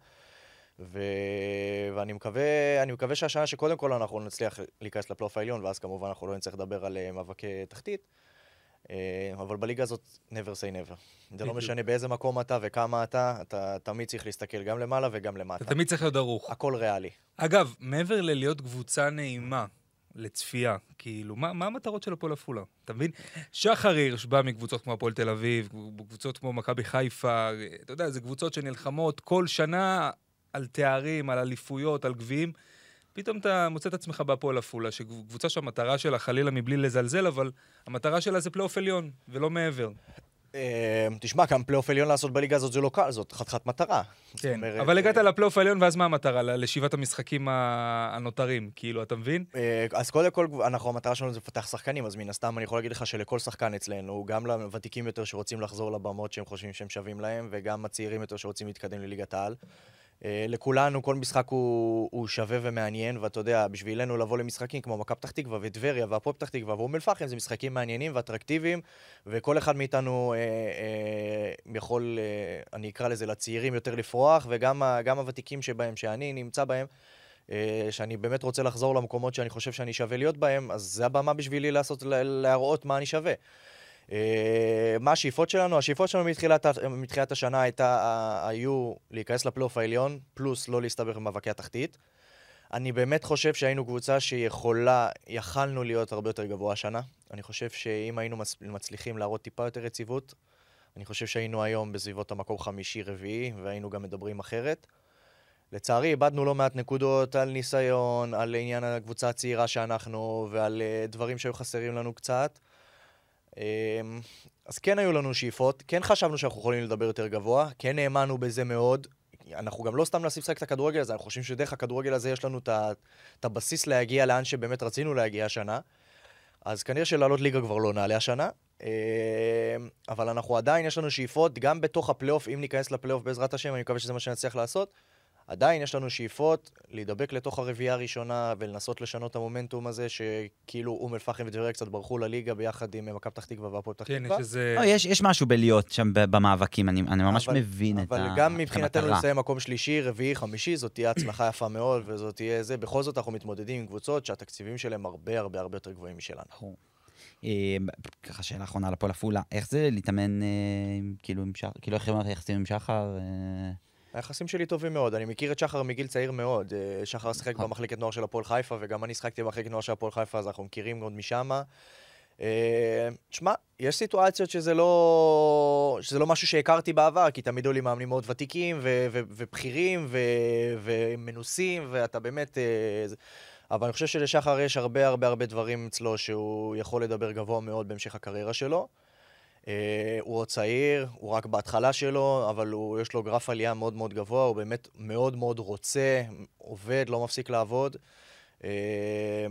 ואני מקווה שהשנה שקודם כל אנחנו נצליח להיכנס לפלייאוף העליון, ואז כמובן אנחנו לא נצטרך לדבר על מאבקי תחתית. אבל בליגה הזאת never say never. זה לא משנה באיזה מקום אתה וכמה אתה תמיד צריך להסתכל גם למעלה וגם למטה. אתה תמיד צריך להיות ערוך. הכל ריאלי. אגב, מעבר ללהיות קבוצה נעימה לצפייה, כאילו, מה המטרות של הפועל עפולה? אתה מבין? שחר הירש בא מקבוצות כמו הפועל תל אביב, קבוצות כמו מכבי חיפה, אתה יודע, זה קבוצות שנלחמות כל שנה על תארים, על אליפויות, על גביעים. פתאום אתה מוצא את עצמך בהפועל עפולה, שקבוצה שהמטרה שלה חלילה מבלי לזלזל, אבל המטרה שלה זה פלייאוף עליון, ולא מעבר. תשמע, גם פלייאוף עליון לעשות בליגה הזאת זה לא קל, זאת חתיכת מטרה. כן, אבל הגעת לפלייאוף העליון, ואז מה המטרה? לשבעת המשחקים הנותרים, כאילו, אתה מבין? אז קודם כל, המטרה שלנו זה לפתח שחקנים, אז מן הסתם אני יכול להגיד לך שלכל שחקן אצלנו, גם לוותיקים יותר שרוצים לחזור לבמות שהם חושבים שהם שווים להם, וגם הצעירים יותר שרוצים להתקדם לליגת העל. לכולנו כל משחק הוא שווה ומעניין, ואתה יודע, בשבילנו לבוא למשחקים כמו מכבי פתח תקווה וטבריה והפועל פתח תקווה ואום אל-פחם, זה משחקים מעניינים ואטרקטיביים, וכל אחד מאיתנו יכול, אני אקרא לזה, לצעירים יותר לפרוח, וגם הוותיקים שבהם, שאני נמצא בהם, שאני באמת רוצה לחזור למקומות שאני חושב שאני שווה להיות בהם, אז זה הבמה בשבילי להראות מה אני שווה. מה השאיפות שלנו? השאיפות שלנו מתחילת השנה היו להיכנס לפלייאוף העליון, פלוס לא להסתבך במאבקי התחתית. אני באמת חושב שהיינו קבוצה יכלנו להיות הרבה יותר גבוה השנה. אני חושב שאם היינו מצליחים להראות טיפה יותר יציבות, אני חושב שהיינו היום בסביבות המקום חמישי-רביעי, והיינו גם מדברים אחרת. לצערי, איבדנו לא מעט נקודות על ניסיון, על עניין הקבוצה הצעירה שאנחנו, ועל דברים שהיו חסרים לנו קצת. אז כן היו לנו שאיפות, כן חשבנו שאנחנו יכולים לדבר יותר גבוה, כן האמנו בזה מאוד. אנחנו גם לא סתם נשים לשחק את הכדורגל הזה, אנחנו חושבים שדרך הכדורגל הזה יש לנו את הבסיס להגיע לאן שבאמת רצינו להגיע השנה. אז כנראה שלעלות ליגה כבר לא נעלה השנה. אבל אנחנו עדיין, יש לנו שאיפות, גם בתוך הפלייאוף, אם ניכנס לפלייאוף בעזרת השם, אני מקווה שזה מה שנצליח לעשות. עדיין יש לנו שאיפות להידבק לתוך הרביעייה הראשונה ולנסות לשנות את המומנטום הזה שכאילו אום אל-פחם וטבריה קצת ברחו לליגה ביחד עם מכבי פתח תקווה והפועל פתח תקווה. כן, יש איזה... יש משהו בלהיות שם במאבקים, אני ממש מבין את המטרה. אבל גם מבחינתנו לסיים מקום שלישי, רביעי, חמישי, זאת תהיה הצלחה יפה מאוד וזאת תהיה זה. בכל זאת אנחנו מתמודדים עם קבוצות שהתקציבים שלהם הרבה הרבה הרבה יותר גבוהים משלנו. ככה שאלה אחרונה לפועל עפולה, איך זה להתאמן כאילו איך יחסים עם שחר? היחסים שלי טובים מאוד, אני מכיר את שחר מגיל צעיר מאוד, שחר שחק במחלקת נוער של הפועל חיפה, וגם אני שחקתי במחלקת נוער של הפועל חיפה, אז אנחנו מכירים עוד משם. תשמע, יש סיטואציות שזה לא משהו שהכרתי בעבר, כי תמיד היו לי מאמנים מאוד ותיקים ובכירים ומנוסים, ואתה באמת... אבל אני חושב שלשחר יש הרבה הרבה הרבה דברים אצלו שהוא יכול לדבר גבוה מאוד בהמשך הקריירה שלו. הוא עוד צעיר, הוא רק בהתחלה שלו, אבל יש לו גרף עלייה מאוד מאוד גבוה, הוא באמת מאוד מאוד רוצה, עובד, לא מפסיק לעבוד.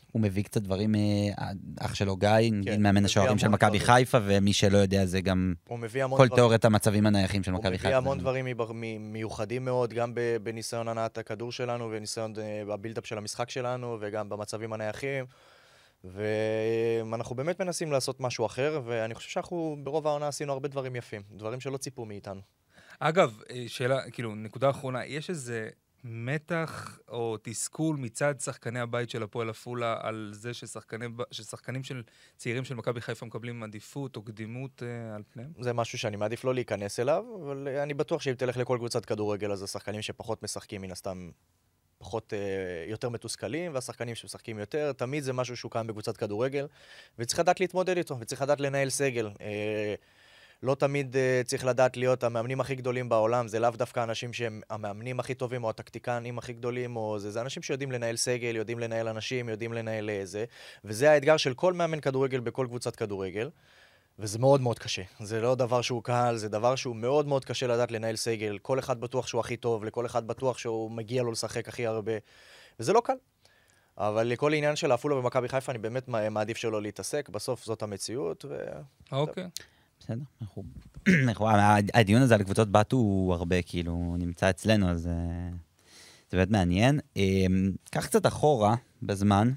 הוא מביא קצת דברים, אח שלו גיא, כן, מאמן מביא השוערים של המון מכבי דברים. חיפה, ומי שלא יודע זה גם הוא מביא המון כל דברים. תיאוריית המצבים הנייחים של הוא מכבי מביא חיפה. המון דברים מיוחדים מאוד, גם בניסיון הנעת הכדור שלנו, וניסיון בבילדאפ של המשחק שלנו, וגם במצבים הנייחים. ואנחנו באמת מנסים לעשות משהו אחר, ואני חושב שאנחנו ברוב העונה עשינו הרבה דברים יפים, דברים שלא ציפו מאיתנו. אגב, שאלה, כאילו, נקודה אחרונה, יש איזה מתח או תסכול מצד שחקני הבית של הפועל עפולה על זה ששחקנים של צעירים של מכבי חיפה מקבלים עדיפות או קדימות על פניהם? זה משהו שאני מעדיף לא להיכנס אליו, אבל אני בטוח שאם תלך לכל קבוצת כדורגל, אז השחקנים שפחות משחקים מן הסתם פחות יותר מתוסכלים, והשחקנים שמשחקים יותר, תמיד זה משהו שהוא קיים בקבוצת כדורגל, וצריך לדעת להתמודד איתו, וצריך לדעת לנהל סגל. לא תמיד צריך לדעת להיות המאמנים הכי גדולים בעולם, זה לאו דווקא אנשים שהם המאמנים הכי טובים, או הטקטיקנים הכי גדולים, או זה אנשים שיודעים לנהל סגל, יודעים לנהל אנשים, יודעים לנהל זה, וזה האתגר של כל מאמן כדורגל בכל קבוצת כדורגל, וזה מאוד מאוד קשה. זה לא דבר שהוא קל, זה דבר שהוא מאוד מאוד קשה לדעת לנהל סגל, כל אחד בטוח שהוא הכי טוב, לכל אחד בטוח שהוא מגיע לו לשחק הכי הרבה, וזה לא קל. אבל לכל עניין של עפולה ומכבי חיפה, אני באמת מעדיף שלא להתעסק, בסוף זאת המציאות, אוקיי. בסדר, הדיון הזה על קבוצות בת הוא הרבה, כאילו, נמצא אצלנו, אז זה באמת מעניין. קח קצת אחורה בזמן.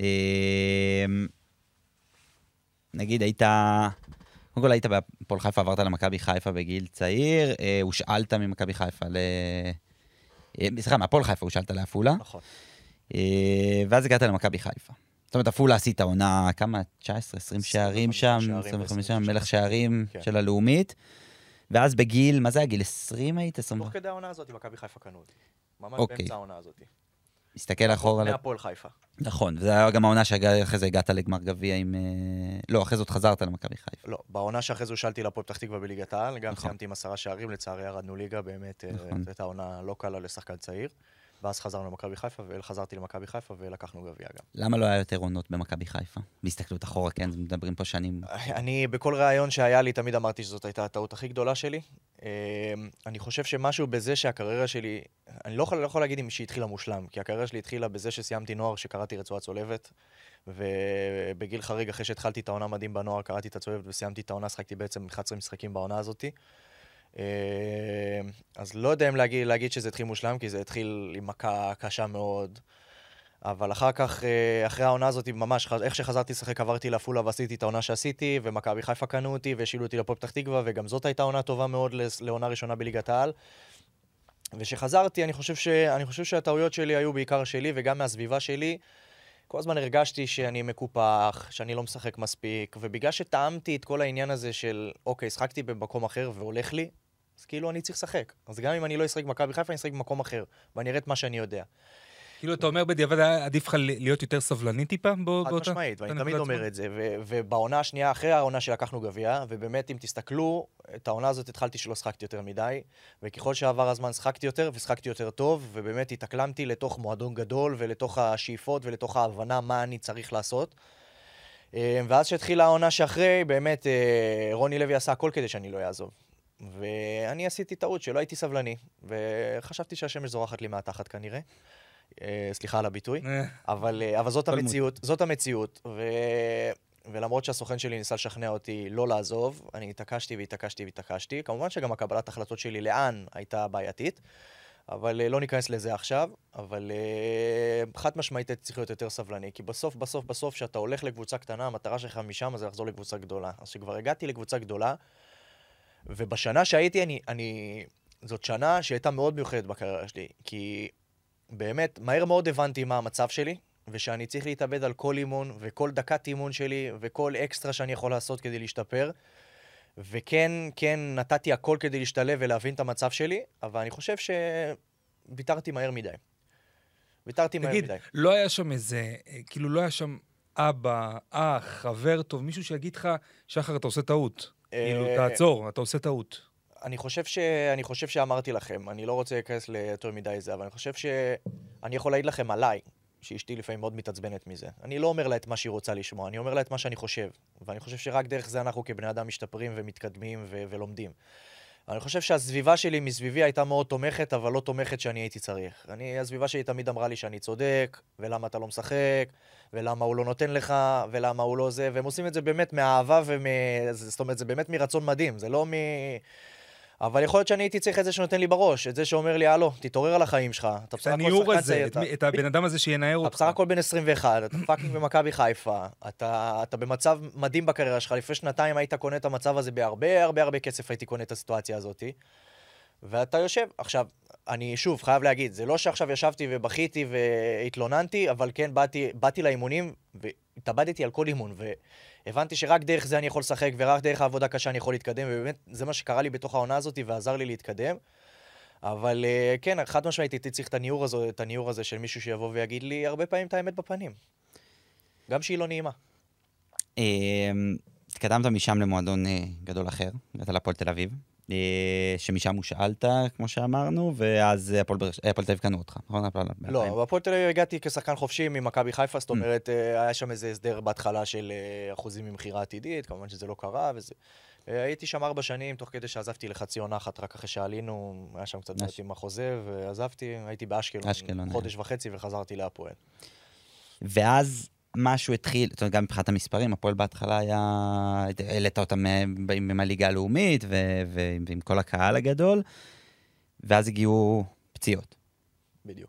נגיד, קודם כל היית בפועל חיפה, עברת למכבי חיפה בגיל צעיר, הושאלת ממכבי חיפה סליחה, מהפועל חיפה הושאלת לעפולה. נכון. ואז הגעת למכבי חיפה. זאת אומרת, עפולה עשית עונה, כמה? 19, 20 שערים שם, 25 שערים, מלך שערים של הלאומית. ואז בגיל, מה זה היה? גיל 20 היית? תוך כדי העונה הזאת, מכבי חיפה קנו אותי. ממש באמצע העונה הזאת. הסתכל אחורה. מהפועל חיפה. נכון, וזה היה גם העונה שאחרי זה הגעת לגמר גביע עם... לא, אחרי זאת חזרת למכבי חיפה. לא, בעונה שאחרי זה הושאלתי לפועל פתח תקווה בליגת העל, גם סיימתי עם 10 שערים, לצערי ירדנו ליגה, באמת הייתה עונה לא קלה לשחקן צעיר. ואז חזרנו למכבי חיפה, וחזרתי למכבי חיפה, ולקחנו גביע גם. למה לא היה יותר עונות במכבי חיפה? בהסתכלות אחורה, כן, מדברים פה שנים. אני, בכל ראיון שהיה לי, תמיד אמרתי שזאת הייתה הטעות הכי גדולה שלי. אני חושב שמשהו בזה שהקריירה שלי, אני לא יכול להגיד אם שהיא התחילה מושלם, כי הקריירה שלי התחילה בזה שסיימתי נוער, שקראתי רצועה צולבת, ובגיל חריג, אחרי שהתחלתי את העונה מדהים בנוער, קראתי את הצולבת וסיימתי את העונה, שחקתי בעצם 11 משחקים בעונה הזאת. אז לא יודע אם להגיד שזה התחיל מושלם, כי זה התחיל עם מכה קשה מאוד. אבל אחר כך, אחרי העונה הזאת, ממש, איך שחזרתי לשחק, עברתי לעפולה ועשיתי את העונה שעשיתי, ומכבי חיפה קנו אותי, והשאילו אותי לפועל פתח תקווה, וגם זאת הייתה עונה טובה מאוד לעונה ראשונה בליגת העל. ושחזרתי, אני חושב שהטעויות שלי היו בעיקר שלי, וגם מהסביבה שלי. כל הזמן הרגשתי שאני מקופח, שאני לא משחק מספיק, ובגלל שטעמתי את כל העניין הזה של, אוקיי, שחקתי במקום אחר והולך לי, אז כאילו אני צריך לשחק. אז גם אם אני לא אשחק במכבי חיפה, אני אשחק במקום אחר, ואני אראה את מה שאני יודע. כאילו, אתה אומר בדיעבד, עדיף לך להיות יותר סבלני טיפה באותה? חד משמעית, ואני תמיד אומר את זה. ובעונה השנייה, אחרי העונה שלקחנו גביע, ובאמת, אם תסתכלו, את העונה הזאת התחלתי שלא שחקתי יותר מדי, וככל שעבר הזמן שחקתי יותר, ושחקתי יותר טוב, ובאמת התאקלמתי לתוך מועדון גדול, ולתוך השאיפות, ולתוך ההבנה מה אני צריך לעשות. ואז שהתחילה העונה שאחרי, באמת, רוני לוי עשה הכל כדי שאני לא יעזוב. ואני עשיתי טעות שלא הייתי סבלני, וחשבתי שהשמש זורחת לי מהתחת כנראה. סליחה על הביטוי, אבל זאת המציאות, ולמרות שהסוכן שלי ניסה לשכנע אותי לא לעזוב, אני התעקשתי. כמובן שגם הקבלת החלטות שלי לאן הייתה בעייתית, אבל לא ניכנס לזה עכשיו, אבל חד משמעית צריך להיות יותר סבלני, כי בסוף שאתה הולך לקבוצה קטנה, המטרה שלך משם זה לחזור לקבוצה גדולה. אז שכבר הגעתי לקבוצה גדולה, ובשנה שהייתי, זאת שנה שהייתה מאוד מיוחדת בקריירה שלי, כי באמת, מהר מאוד הבנתי מה המצב שלי, ושאני צריך להתאבד על כל אימון, וכל דקת אימון שלי, וכל אקסטרה שאני יכול לעשות כדי להשתפר. וכן, נתתי הכל כדי להשתלב ולהבין את המצב שלי, אבל אני חושב שוויתרתי מהר מדי. תגיד, לא היה שם איזה, כאילו לא היה שם אבא, אח, חבר טוב, מישהו שיגיד לך, שחר, אתה עושה טעות. כאילו, תעצור, אתה עושה טעות. אני חושב שאמרתי לכם, אני לא רוצה להיכנס ליותר מדי זה, אבל אני חושב שאני יכול להעיד לכם עליי, שאשתי לפעמים מאוד מתעצבנת מזה. אני לא אומר לה את מה שהיא רוצה לשמוע, אני אומר לה את מה שאני חושב. ואני חושב שרק דרך זה אנחנו כבני אדם משתפרים ומתקדמים ולומדים. אני חושב שהסביבה שלי מסביבי הייתה מאוד תומכת, אבל לא תומכת שאני הייתי צריך. הסביבה שלי תמיד אמרה לי שאני צודק, ולמה אתה לא משחק, ולמה הוא לא נותן לך, ולמה הוא לא זה, והם עושים את זה באמת מאהבה זאת אומרת, זה באמת מרצון מדהים, זה לא אבל יכול להיות שאני הייתי צריך את זה שנותן לי בראש, את זה שאומר לי, הלו, תתעורר על החיים שלך. את הניעור הזה, את הבן אדם הזה שינער אותך. אתה בסך הכל בן 21, אתה פאקינג במכבי חיפה, אתה במצב מדהים בקריירה שלך, לפני שנתיים היית קונה את המצב הזה בהרבה הרבה הרבה כסף, הייתי קונה את הסיטואציה הזאת, ואתה יושב. עכשיו, אני שוב חייב להגיד, זה לא שעכשיו ישבתי ובכיתי והתלוננתי, אבל כן באתי לאימונים והתאבדתי על כל אימון, הבנתי שרק דרך זה אני יכול לשחק, ורק דרך העבודה קשה אני יכול להתקדם, ובאמת זה מה שקרה לי בתוך העונה הזאת, ועזר לי להתקדם. אבל כן, חד משמעית, הייתי צריך את הניעור הזה של מישהו שיבוא ויגיד לי הרבה פעמים את האמת בפנים. גם שהיא לא נעימה. התקדמת משם למועדון גדול אחר, הגעת להפועל תל אביב, שמשם הושאלת, כמו שאמרנו, ואז הפועל תל אביב קנו אותך, נכון? לא, בהפועל תל אביב הגעתי כשחקן חופשי ממכבי חיפה, זאת אומרת, היה שם איזה הסדר בהתחלה של אחוזים ממחירה עתידית, כמובן שזה לא קרה, הייתי שם 4 שנים, תוך כדי שעזבתי לחצי עונה אחת, רק אחרי שעלינו, היה שם קצת בעיות עם החוזה, ועזבתי, הייתי באשקלון חודש וחצי וחזרתי להפועל. ואז משהו התחיל, זאת אומרת, גם מבחינת המספרים, הפועל בהתחלה העלית אותם עם הליגה הלאומית ועם כל הקהל הגדול, ואז הגיעו פציעות. בדיוק.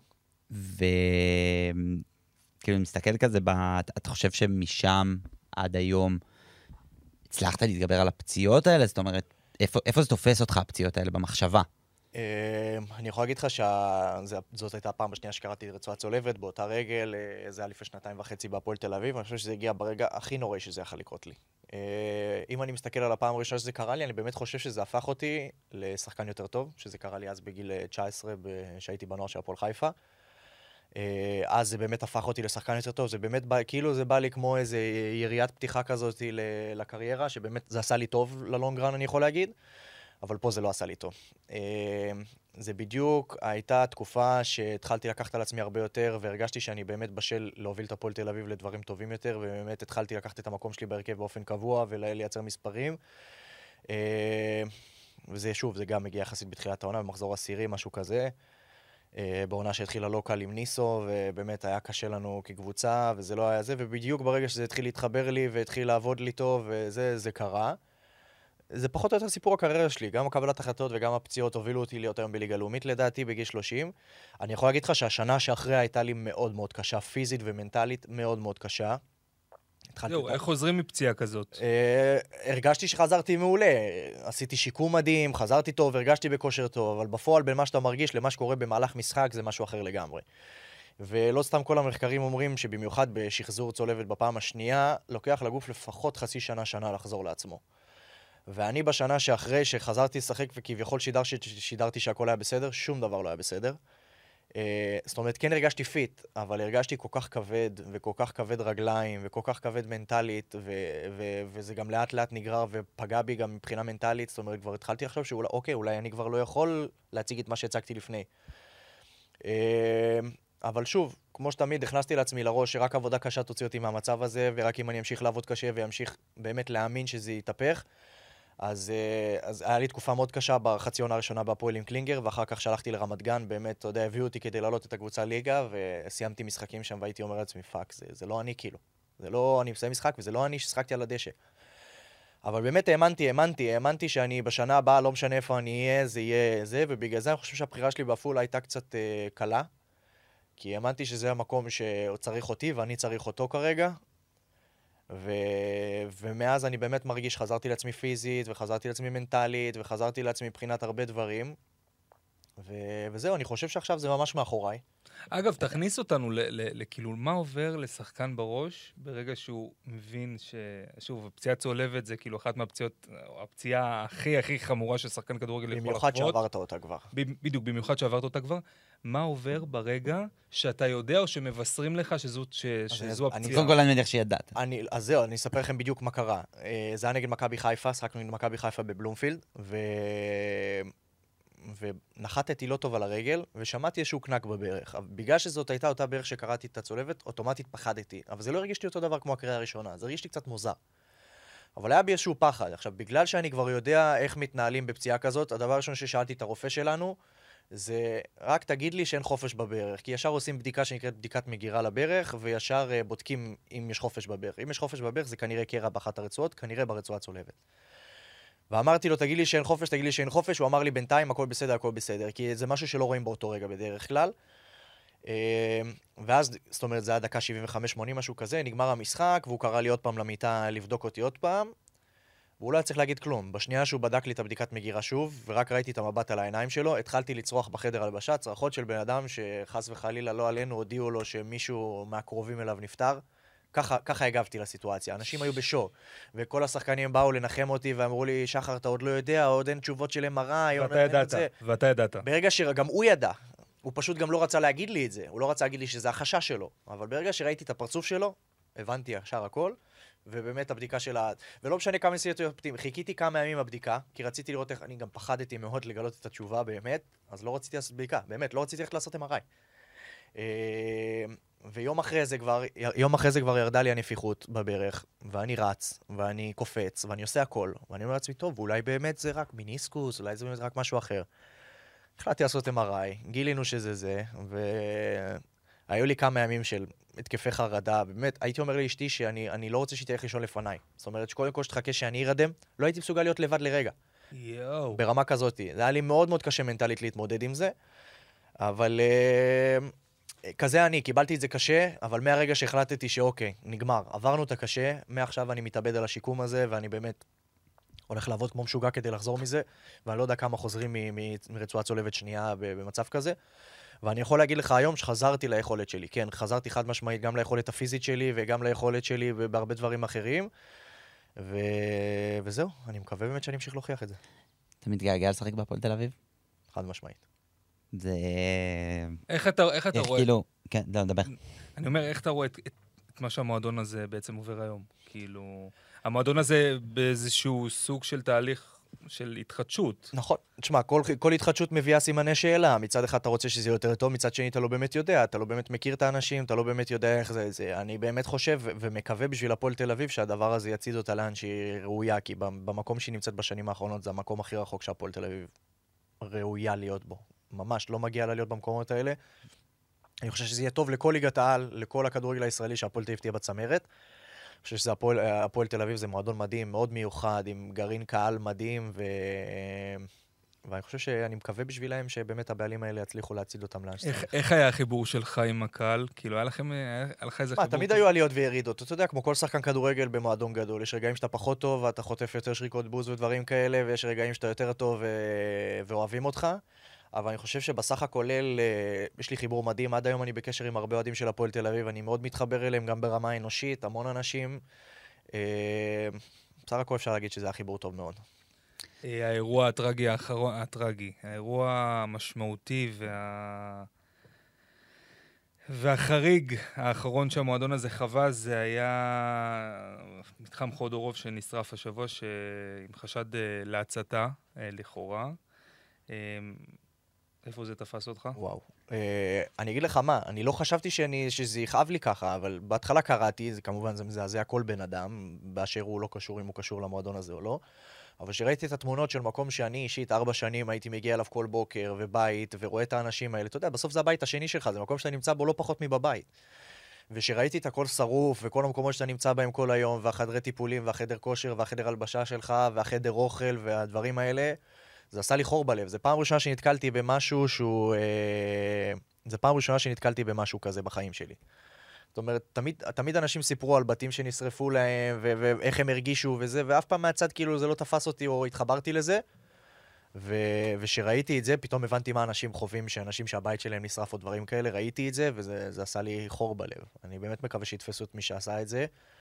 וכאילו, מסתכל כזה, אתה חושב שמשם עד היום הצלחת להתגבר על הפציעות האלה? זאת אומרת, איפה זה תופס אותך, הפציעות האלה, במחשבה? אני יכול להגיד לך שזאת הייתה הפעם השנייה שקראתי רצועה צולבת באותה רגל, זה היה לפני 2.5 בהפועל תל אביב, אני חושב שזה הגיע ברגע הכי נוראי שזה יכול לקרות לי. אם אני מסתכל על הפעם הראשונה שזה קרה לי, אני באמת חושב שזה הפך אותי לשחקן יותר טוב, שזה קרה לי אז בגיל 19, שהייתי בנוער של הפועל חיפה. אז זה באמת הפך אותי לשחקן יותר טוב, זה באמת כאילו זה בא לי כמו איזה יריית פתיחה כזאת לקריירה, שבאמת זה עשה לי טוב ללונגרן, אני יכול להגיד. אבל פה זה לא עשה לי טוב. זה בדיוק הייתה תקופה שהתחלתי לקחת על עצמי הרבה יותר, והרגשתי שאני באמת בשל להוביל את הפועל תל אביב לדברים טובים יותר, ובאמת התחלתי לקחת את המקום שלי בהרכב באופן קבוע, ולייצר מספרים. וזה שוב, זה גם מגיע יחסית בתחילת העונה, במחזור עשירי, משהו כזה. בעונה שהתחילה לא קל עם ניסו, ובאמת היה קשה לנו כקבוצה, וזה לא היה זה, ובדיוק ברגע שזה התחיל להתחבר לי, והתחיל לעבוד לי טוב, וזה קרה. זה פחות או יותר סיפור הקריירה שלי, גם הקבלת החלטות וגם הפציעות הובילו אותי להיות היום בליגה לאומית לדעתי בגיל 30. אני יכול להגיד לך שהשנה שאחריה הייתה לי מאוד מאוד קשה, פיזית ומנטלית מאוד מאוד קשה. זהו, איך חוזרים מפציעה כזאת? הרגשתי שחזרתי מעולה, עשיתי שיקום מדהים, חזרתי טוב, הרגשתי בכושר טוב, אבל בפועל בין מה שאתה מרגיש למה שקורה במהלך משחק זה משהו אחר לגמרי. ולא סתם כל המחקרים אומרים שבמיוחד בשחזור צולבת בפעם השנייה, לוקח לגוף לפחות חצי שנה לחזור לעצמו. ואני בשנה שאחרי שחזרתי לשחק וכביכול שידרתי שהכל היה בסדר, שום דבר לא היה בסדר. זאת אומרת, כן הרגשתי פיט, אבל הרגשתי כל כך כבד, וכל כך כבד רגליים, וכל כך כבד מנטלית, וזה גם לאט לאט נגרר ופגע בי גם מבחינה מנטלית. זאת אומרת, כבר התחלתי לחשוב שאולי, אוקיי, אולי אני כבר לא יכול להציג את מה שהצגתי לפני. אבל שוב, כמו שתמיד, הכנסתי לעצמי לראש שרק עבודה קשה תוציא אותי מהמצב הזה, ורק אם אני אמשיך לעבוד קשה וימשיך באמת להאמין שזה יתהפך, אז היה לי תקופה מאוד קשה בחצי עונה הראשונה בהפועל עם קלינגר, ואחר כך שלחתי לרמת גן, באמת, אתה יודע, הביאו אותי כדי לעלות את הקבוצה ליגה, וסיימתי משחקים שם והייתי אומר לעצמי, פאק, זה לא אני כאילו. זה לא, אני מסיים משחק וזה לא אני ששחקתי על הדשא. אבל באמת האמנתי שאני בשנה הבאה, לא משנה איפה אני אהיה, זה יהיה זה, ובגלל זה אני חושב שהבחירה שלי בעפולה הייתה קצת קלה, כי האמנתי שזה המקום שצריך אותי ואני צריך אותו כרגע, ומאז אני באמת מרגיש שחזרתי לעצמי פיזית, וחזרתי לעצמי מנטלית, וחזרתי לעצמי מבחינת הרבה דברים, וזהו, אני חושב שעכשיו זה ממש מאחוריי. אגב, תכניס אותנו לכאילו, מה עובר לשחקן בראש ברגע שהוא מבין שוב, פציעה צולבת זה כאילו אחת מהפציעות, הפציעה הכי חמורה של שחקן כדורגל יכול לחוות. במיוחד שעברת אותה כבר. בדיוק, במיוחד שעברת אותה כבר. מה עובר ברגע שאתה יודע או שמבשרים לך שזו הפציעה? קודם כל אני מניח שידעת. אז זהו, אני אספר לכם בדיוק מה קרה. זה היה נגד מכבי חיפה, שחקנו נגד מכבי חיפה בבלומפילד, ונחתתי לא טוב על הרגל, ושמעתי איזשהו קנק בברך. בגלל שזאת הייתה אותה ברך שקראתי את הצולבת, אוטומטית פחדתי. אבל זה לא הרגיש לי אותו דבר כמו הקריאה הראשונה, זה הרגיש לי קצת מוזר. אבל היה בי איזשהו פחד. עכשיו, בגלל שאני כבר יודע איך מתנהלים בפציעה כזאת, הדבר הראשון ששאלתי את הרופא שלנו, זה רק תגיד לי שאין חופש בברך, כי ישר עושים בדיקה שנקראת בדיקת מגירה לברך, וישר בודקים אם יש חופש בברך. אם יש חופש בברך, זה כנראה קרע באחת הרצועות, כנראה ברצועה צולבת. ואמרתי לו, תגיד לי שאין חופש, תגיד לי שאין חופש, הוא אמר לי בינתיים, הכל בסדר, הכל בסדר, כי זה משהו שלא רואים באותו רגע בדרך כלל. ואז, זאת אומרת, זה היה דקה 75-80, משהו כזה, נגמר המשחק, והוא קרא לי עוד פעם למיטה לבדוק אותי עוד פעם, והוא לא היה צריך להגיד כלום. בשנייה שהוא בדק לי את הבדיקת מגירה שוב, ורק ראיתי את המבט על העיניים שלו, התחלתי לצרוח בחדר הלבשה, צרחות של בן אדם שחס וחלילה לא עלינו, הודיעו לו שמישהו מהקרובים אליו נפטר. ככה הגבתי לסיטואציה. אנשים היו בשוק, וכל השחקנים באו לנחם אותי ואמרו לי, שחר, אתה עוד לא יודע, עוד אין תשובות של MRI, ואתה ידעת. ברגע שגם הוא ידע, הוא פשוט גם לא רצה להגיד לי את זה, הוא לא רצה להגיד לי שזה החשש שלו, אבל ברגע שראיתי את הפרצוף שלו, הבנתי ישר הכל, ובאמת הבדיקה שלה, ולא משנה כמה נסיעות פתאים, חיכיתי כמה ימים הבדיקה, כי רציתי לראות איך, אני גם פחדתי מאוד לגלות את התשובה באמת, אז לא רציתי לעשות בדיקה, באמת, לא רציתי איך לעשות MRI. ויום אחרי זה כבר ירדה לי הנפיחות בברך, ואני רץ, ואני קופץ, ואני עושה הכל, ואני אומר לעצמי, טוב, אולי באמת זה רק מיניסקוס, אולי זה באמת רק משהו אחר. החלטתי לעשות MRI, גילינו שזה זה, והיו לי כמה ימים של התקפי חרדה, באמת, הייתי אומר לאשתי שאני לא רוצה שהיא תלך לישון לפניי. זאת אומרת, שקודם כל שתחכה שאני ארדם, לא הייתי מסוגל להיות לבד לרגע. ברמה כזאת. זה היה לי מאוד מאוד קשה מנטלית להתמודד עם זה, אבל כזה קיבלתי את זה קשה, אבל מהרגע שהחלטתי שאוקיי, נגמר, עברנו את הקשה, מעכשיו אני מתאבד על השיקום הזה, ואני באמת הולך לעבוד כמו משוגע כדי לחזור מזה, ואני לא יודע כמה חוזרים מרצועה צולבת שנייה במצב כזה. ואני יכול להגיד לך היום שחזרתי ליכולת שלי. כן, חזרתי חד משמעית גם ליכולת הפיזית שלי, וגם ליכולת שלי בהרבה דברים אחרים. וזהו, אני מקווה באמת שאני אמשיך להוכיח את זה. אתה מתגעגע לשחק בהפועל תל אביב? חד משמעית. זה... איך אתה רואה? כאילו... כן, לא, נדבר. אני אומר, איך אתה רואה את מה שהמועדון הזה בעצם עובר היום? כאילו... המועדון הזה באיזשהו סוג של תהליך של התחדשות. נכון. תשמע, כל התחדשות מביאה סימני שאלה. מצד אחד אתה רוצה שזה יותר טוב, מצד שני אתה לא באמת יודע, אתה לא באמת מכיר את האנשים, אתה לא באמת יודע איך זה. אני באמת חושב ומקווה בשביל הפועל תל אביב שהדבר הזה יציד אותה לאן שהיא ראויה, כי במקום שהיא נמצאת בשנים האחרונות זה המקום הכי רחוק שהפועל תל אביב ראויה להיות בו. ממש לא מגיע לה להיות במקומות האלה. אני חושב שזה יהיה טוב לכל ליגת העל, לכל הכדורגל הישראלי שהפועל תל אביב תהיה בצמרת. אני חושב שזה הפועל תל אביב זה מועדון מדהים, מאוד מיוחד, עם גרעין קהל מדהים, ואני חושב שאני מקווה בשבילהם שבאמת הבעלים האלה יצליחו להציל אותם לאן שצריך. איך היה החיבור שלך עם הקהל? כאילו, היה לך איזה חיבור? תמיד היו עליות וירידות. אתה יודע, כמו כל שחקן כדורגל במועדון גדול, יש רגעים שאתה פחות טוב, ואתה חוטף יותר שריקות בוז ודברים כאלה, ויש רגעים שאתה יותר טוב ואוהבים אותך. אבל אני חושב שבסך הכולל יש לי חיבור מדהים. עד היום אני בקשר עם הרבה אוהדים של הפועל תל אביב, אני מאוד מתחבר אליהם גם ברמה האנושית, המון אנשים. בסך הכל אפשר להגיד שזה החיבור טוב מאוד. האירוע הטרגי האירוע המשמעותי והחריג האחרון שהמועדון הזה חווה, זה היה מתחם חודורוב שנשרף השבוע, עם חשד להצתה, לכאורה. איפה זה תפס אותך? וואו. אני אגיד לך מה, אני לא חשבתי שזה יכאב לי ככה, אבל בהתחלה קראתי, זה כמובן זה מזעזע כל בן אדם, באשר הוא לא קשור, אם הוא קשור למועדון הזה או לא. אבל שראיתי את התמונות של מקום שאני אישית 4 שנים הייתי מגיע אליו כל בוקר ובית, ורואה את האנשים האלה, אתה יודע, בסוף זה הבית השני שלך, זה מקום שאתה נמצא בו לא פחות מבבית. ושראיתי את הכל שרוף, וכל המקומות שאתה נמצא בהם כל היום, והחדרי טיפולים, והחדר כושר, והחדר הלבשה שלך, והחדר אוכל, והדברים האלה, זה עשה לי חור בלב. זה פעם ראשונה שנתקלתי במשהו שהוא... זה פעם ראשונה שנתקלתי במשהו כזה בחיים שלי. זאת אומרת, תמיד אנשים סיפרו על בתים שנשרפו להם, ואיך הם הרגישו וזה, ואף פעם מהצד כאילו זה לא תפס אותי או התחברתי לזה. ושראיתי את זה, פתאום הבנתי מה אנשים חווים, שאנשים שהבית שלהם נשרף או דברים כאלה, ראיתי את זה, וזה עשה לי חור בלב. אני באמת מקווה שיתפסו את מי שעשה את זה,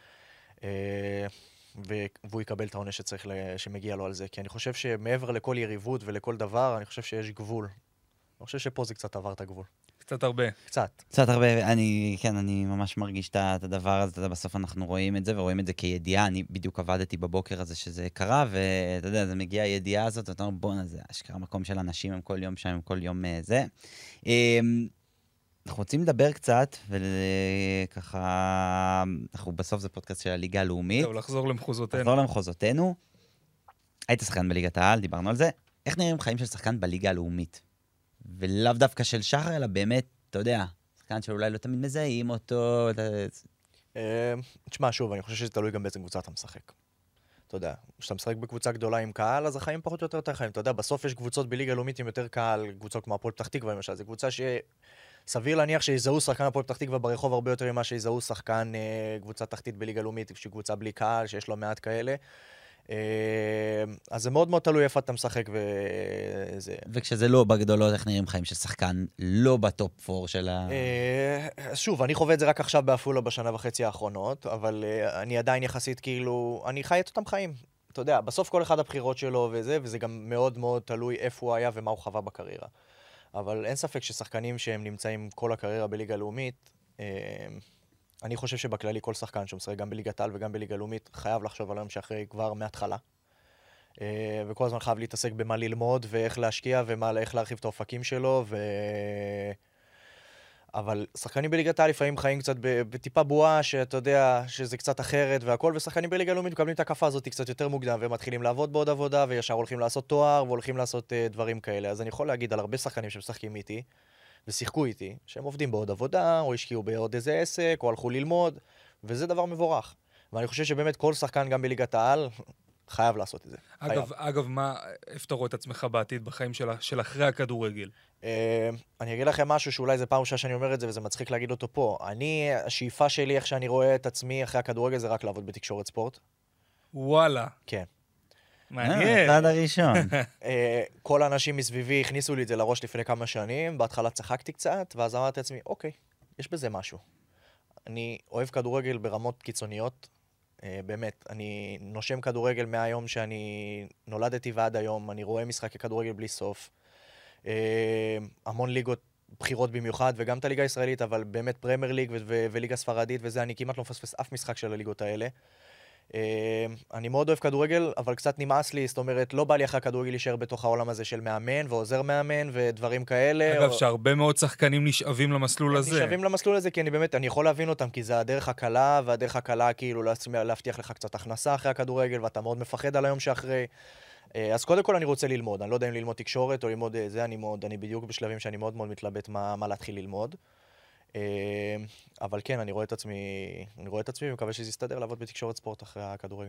והוא יקבל את העונש שמגיע לו על זה. כי אני חושב שמעבר לכל יריבות ולכל דבר, אני חושב שיש גבול. אני חושב שפה זה קצת עבר את הגבול. קצת הרבה. קצת הרבה. אני ממש מרגיש את הדבר הזה. בסוף אנחנו רואים את זה, ורואים את זה כידיעה. אני בדיוק עבדתי בבוקר הזה שזה קרה, ואתה יודע, זה מגיע הידיעה הזאת, ואתה אומר, בואנה, זה אשכרה מקום של אנשים, הם כל יום שם, הם כל יום זה. אנחנו רוצים לדבר קצת, וככה, אנחנו בסוף זה פודקאסט של הליגה הלאומית. טוב, לחזור למחוזותינו. לחזור למחוזותינו. היית שחקן בליגת העל, דיברנו על זה. איך נראים חיים של שחקן בליגה הלאומית? ולאו דווקא של שחר, אלא באמת, אתה יודע, שחקן שאולי לא תמיד מזהים אותו. תשמע, שוב, אני חושב שזה תלוי גם באיזה קבוצה אתה משחק. אתה יודע, כשאתה משחק בקבוצה גדולה עם קהל, אז החיים פחות או יותר חיים. אתה יודע, בסוף יש קבוצות בליגה הלאומית עם יותר קהל, קבוצות כמו הפועל פתח תקווה למשל. זו קבוצה שסביר להניח שיזהו שחקן הפועל פתח תקווה ברחוב הרבה יותר ממה שיזהו שחקן קבוצה תחתית בליגה הלאומית, שהיא קבוצה בלי קהל, שיש לו מעט כאלה. אז זה מאוד מאוד תלוי איפה אתה משחק וזה... וכשזה לא בגדולות, איך נראים חיים של שחקן לא בטופ 4 של ה... שוב, אני חווה את זה רק עכשיו בעפולה בשנה וחצי האחרונות, אבל אני עדיין יחסית כאילו... אני חי את אותם חיים. אתה יודע, בסוף כל אחד הבחירות שלו וזה גם מאוד מאוד תלוי איפה הוא היה ומה הוא חווה בקריירה. אבל אין ספק ששחקנים שהם נמצאים כל הקריירה בליגה הלאומית, אני חושב שבכללי כל שחקן שמשחק גם בליגת העל וגם בליגה לאומית חייב לחשוב על היום שאחרי כבר מההתחלה. וכל הזמן חייב להתעסק במה ללמוד ואיך להשקיע ואיך להרחיב את האופקים שלו. אבל שחקנים בליגת העל לפעמים חיים קצת בטיפה בועה, שאתה יודע שזה קצת אחרת והכל, ושחקנים בליגה לאומית מקבלים את הקפה הזאת קצת יותר מוקדם ומתחילים לעבוד בעוד עבודה וישר הולכים לעשות תואר והולכים לעשות דברים כאלה. אז אני יכול להגיד על הרבה שחקנים שמשחקים איתי ושיחקו איתי, שהם עובדים בעוד עבודה, או השקיעו בעוד איזה עסק, או הלכו ללמוד, וזה דבר מבורך. ואני חושב שבאמת כל שחקן גם בליגת העל חייב לעשות את זה. אגב, איפה אתה רואה את עצמך בעתיד בחיים של אחרי הכדורגל? אני אגיד לכם משהו שאולי זה פעם ראשונה שאני אומר את זה, וזה מצחיק להגיד אותו פה. השאיפה שלי, איך שאני רואה את עצמי אחרי הכדורגל, זה רק לעבוד בתקשורת ספורט. וואלה. כן. מעניין. הצעד הראשון. כל האנשים מסביבי הכניסו לי את זה לראש לפני כמה שנים, בהתחלה צחקתי קצת, ואז אמרתי לעצמי, אוקיי, יש בזה משהו. אני אוהב כדורגל ברמות קיצוניות, באמת, אני נושם כדורגל מהיום שאני נולדתי ועד היום, אני רואה משחקי כדורגל בלי סוף, המון ליגות בחירות במיוחד, וגם את הליגה הישראלית, אבל באמת פרמייר ליג וליגה ספרדית וזה, אני כמעט לא מפספס אף משחק של הליגות האלה. אני מאוד אוהב כדורגל, אבל קצת נמאס לי, זאת אומרת, לא בא לי אחרי הכדורגל להישאר בתוך העולם הזה של מאמן ועוזר מאמן ודברים כאלה. אגב, שהרבה מאוד שחקנים נשאבים למסלול הזה. נשאבים למסלול הזה, כי אני יכול להבין אותם, כי זה הדרך הקלה, והדרך הקלה כאילו להבטיח לך קצת הכנסה אחרי הכדורגל, ואתה מאוד מפחד על היום שאחרי. אז קודם כל אני רוצה ללמוד, אני לא יודע אם ללמוד תקשורת או ללמוד זה, אני בדיוק בשלבים שאני מאוד מאוד מתלבט מה להתחיל ללמוד. אבל כן, אני רואה את עצמי ומקווה שזה יסתדר לעבוד בתקשורת ספורט אחרי הכדורגל.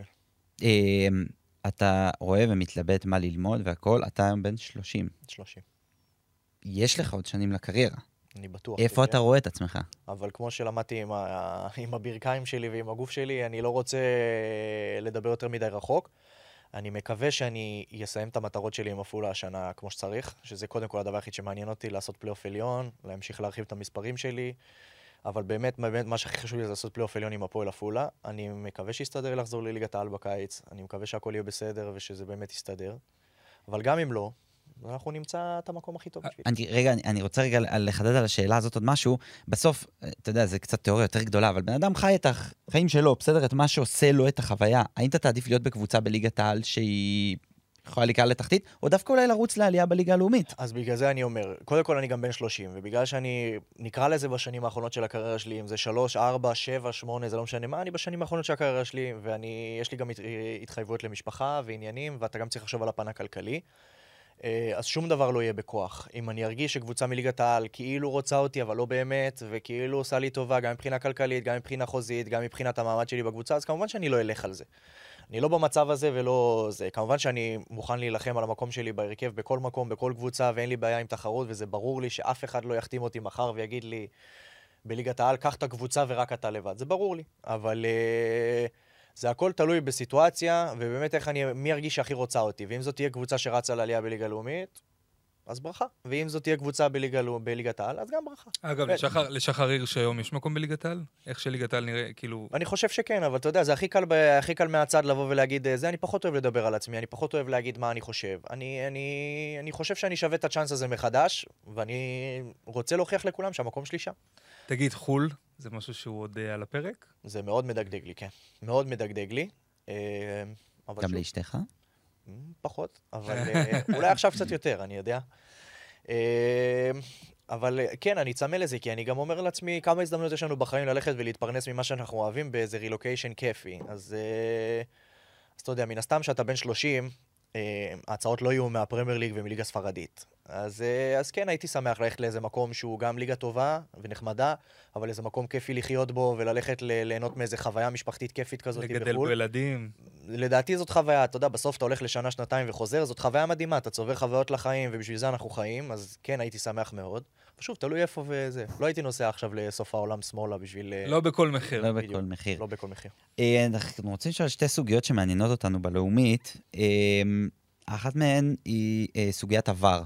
אתה רואה ומתלבט מה ללמוד והכל, אתה היום בן 30. 30. יש לך עוד שנים לקריירה. אני בטוח. איפה אתה רואה את עצמך? אבל כמו שלמדתי עם הברכיים שלי ועם הגוף שלי, אני לא רוצה לדבר יותר מדי רחוק. אני מקווה שאני אסיים את המטרות שלי עם עפולה השנה כמו שצריך, שזה קודם כל הדבר היחיד שמעניין אותי, לעשות פלייאוף עליון, להמשיך להרחיב את המספרים שלי, אבל באמת מה שהכי חשוב לי זה לעשות פלייאוף עליון עם הפועל עפולה. אני מקווה שיסתדר לחזור לליגת העל בקיץ, אני מקווה שהכל יהיה בסדר ושזה באמת יסתדר, אבל גם אם לא, אנחנו נמצא את המקום הכי טוב בשביל. אני רוצה רגע לחדד על השאלה הזאת עוד משהו. בסוף, אתה יודע, זה קצת תיאוריה יותר גדולה, אבל בן אדם חי את החיים שלו, בסדר, את מה שעושה לו את החוויה. האם אתה תעדיף להיות בקבוצה בליגת העל שהיא יכולה להיקרא לתחתית, או דווקא אולי לרוץ לעלייה בליגה הלאומית? אז בגלל זה אני אומר, קודם כל אני גם בן 30, ובגלל שאני נקרא לזה בשנים האחרונות של הקריירה שלי, אם זה 3, 4, 7, 8, זה לא משנה מה, אני בשנים האחרונות של הקריירה שלי, ויש לי גם התחייבויות למשפחה ועניינים, ואתה גם צריך לחשוב על הפן הכלכלי. אז שום דבר לא יהיה בכוח. אם אני ארגיש שקבוצה מליגת העל כאילו רוצה אותי, אבל לא באמת, וכאילו עושה לי טובה, גם מבחינה כלכלית, גם מבחינה חוזית, גם מבחינת המעמד שלי בקבוצה, אז כמובן שאני לא אלך על זה. אני לא במצב הזה ולא זה. כמובן שאני מוכן להילחם על המקום שלי בהרכב בכל מקום, בכל קבוצה, ואין לי בעיה עם תחרות, וזה ברור לי שאף אחד לא יחתים אותי מחר ויגיד לי, בליגת העל, קח את הקבוצה ורק אתה לבד. זה ברור לי. אבל זה הכל תלוי בסיטואציה, ובאמת מי ירגיש שהכי רוצה אותי. ואם זאת תהיה קבוצה שרצה לעלייה בליגה לאומית, אז ברכה. ואם זאת תהיה קבוצה בליגת העל, אז גם ברכה. אגב, לשחר הירש היום יש מקום בליגת העל? איך שליגת העל נראה, כאילו... אני חושב שכן, אבל אתה יודע, זה הכי קל מהצד לבוא ולהגיד, זה אני פחות אוהב לדבר על עצמי, אני פחות אוהב להגיד מה אני חושב. אני חושב שאני שווה את הצ'אנס הזה מחדש, ואני רוצה להוכיח לכולם שהמקום שלי שם. תגיד, חול, זה משהו שהוא עוד על הפרק? זה מאוד מדגדג לי, כן. מאוד מדגדג לי. גם לאשתך? פחות, אבל אולי עכשיו קצת יותר, אני יודע. אבל כן, אני צמא לזה, כי אני גם אומר לעצמי כמה הזדמנות יש לנו בחיים ללכת ולהתפרנס ממה שאנחנו אוהבים באיזה רילוקיישן כיפי. אז אתה יודע, מן הסתם שאתה בן 30, ההצעות לא יהיו מהפרמייר ליג ומליגה ספרדית. אז כן, הייתי שמח ללכת לאיזה מקום שהוא גם ליגה טובה ונחמדה, אבל איזה מקום כיפי לחיות בו וללכת ליהנות מאיזה חוויה משפחתית כיפית כזאת בחו"ל. לגדל בו ילדים. לדעתי זאת חוויה, אתה יודע, בסוף אתה הולך לשנה, שנתיים וחוזר, זאת חוויה מדהימה, אתה צובר חוויות לחיים ובשביל זה אנחנו חיים, אז כן, הייתי שמח מאוד. ושוב, תלוי איפה וזה. לא הייתי נוסע עכשיו לסוף העולם שמאלה בשביל... לא בכל מחיר. לא בכל מחיר. לא בכל מחיר. אנחנו רוצים לשאול שתי סוגיות שמעניינות אותנו בלאומית. אחת מהן היא סוגיית עבר.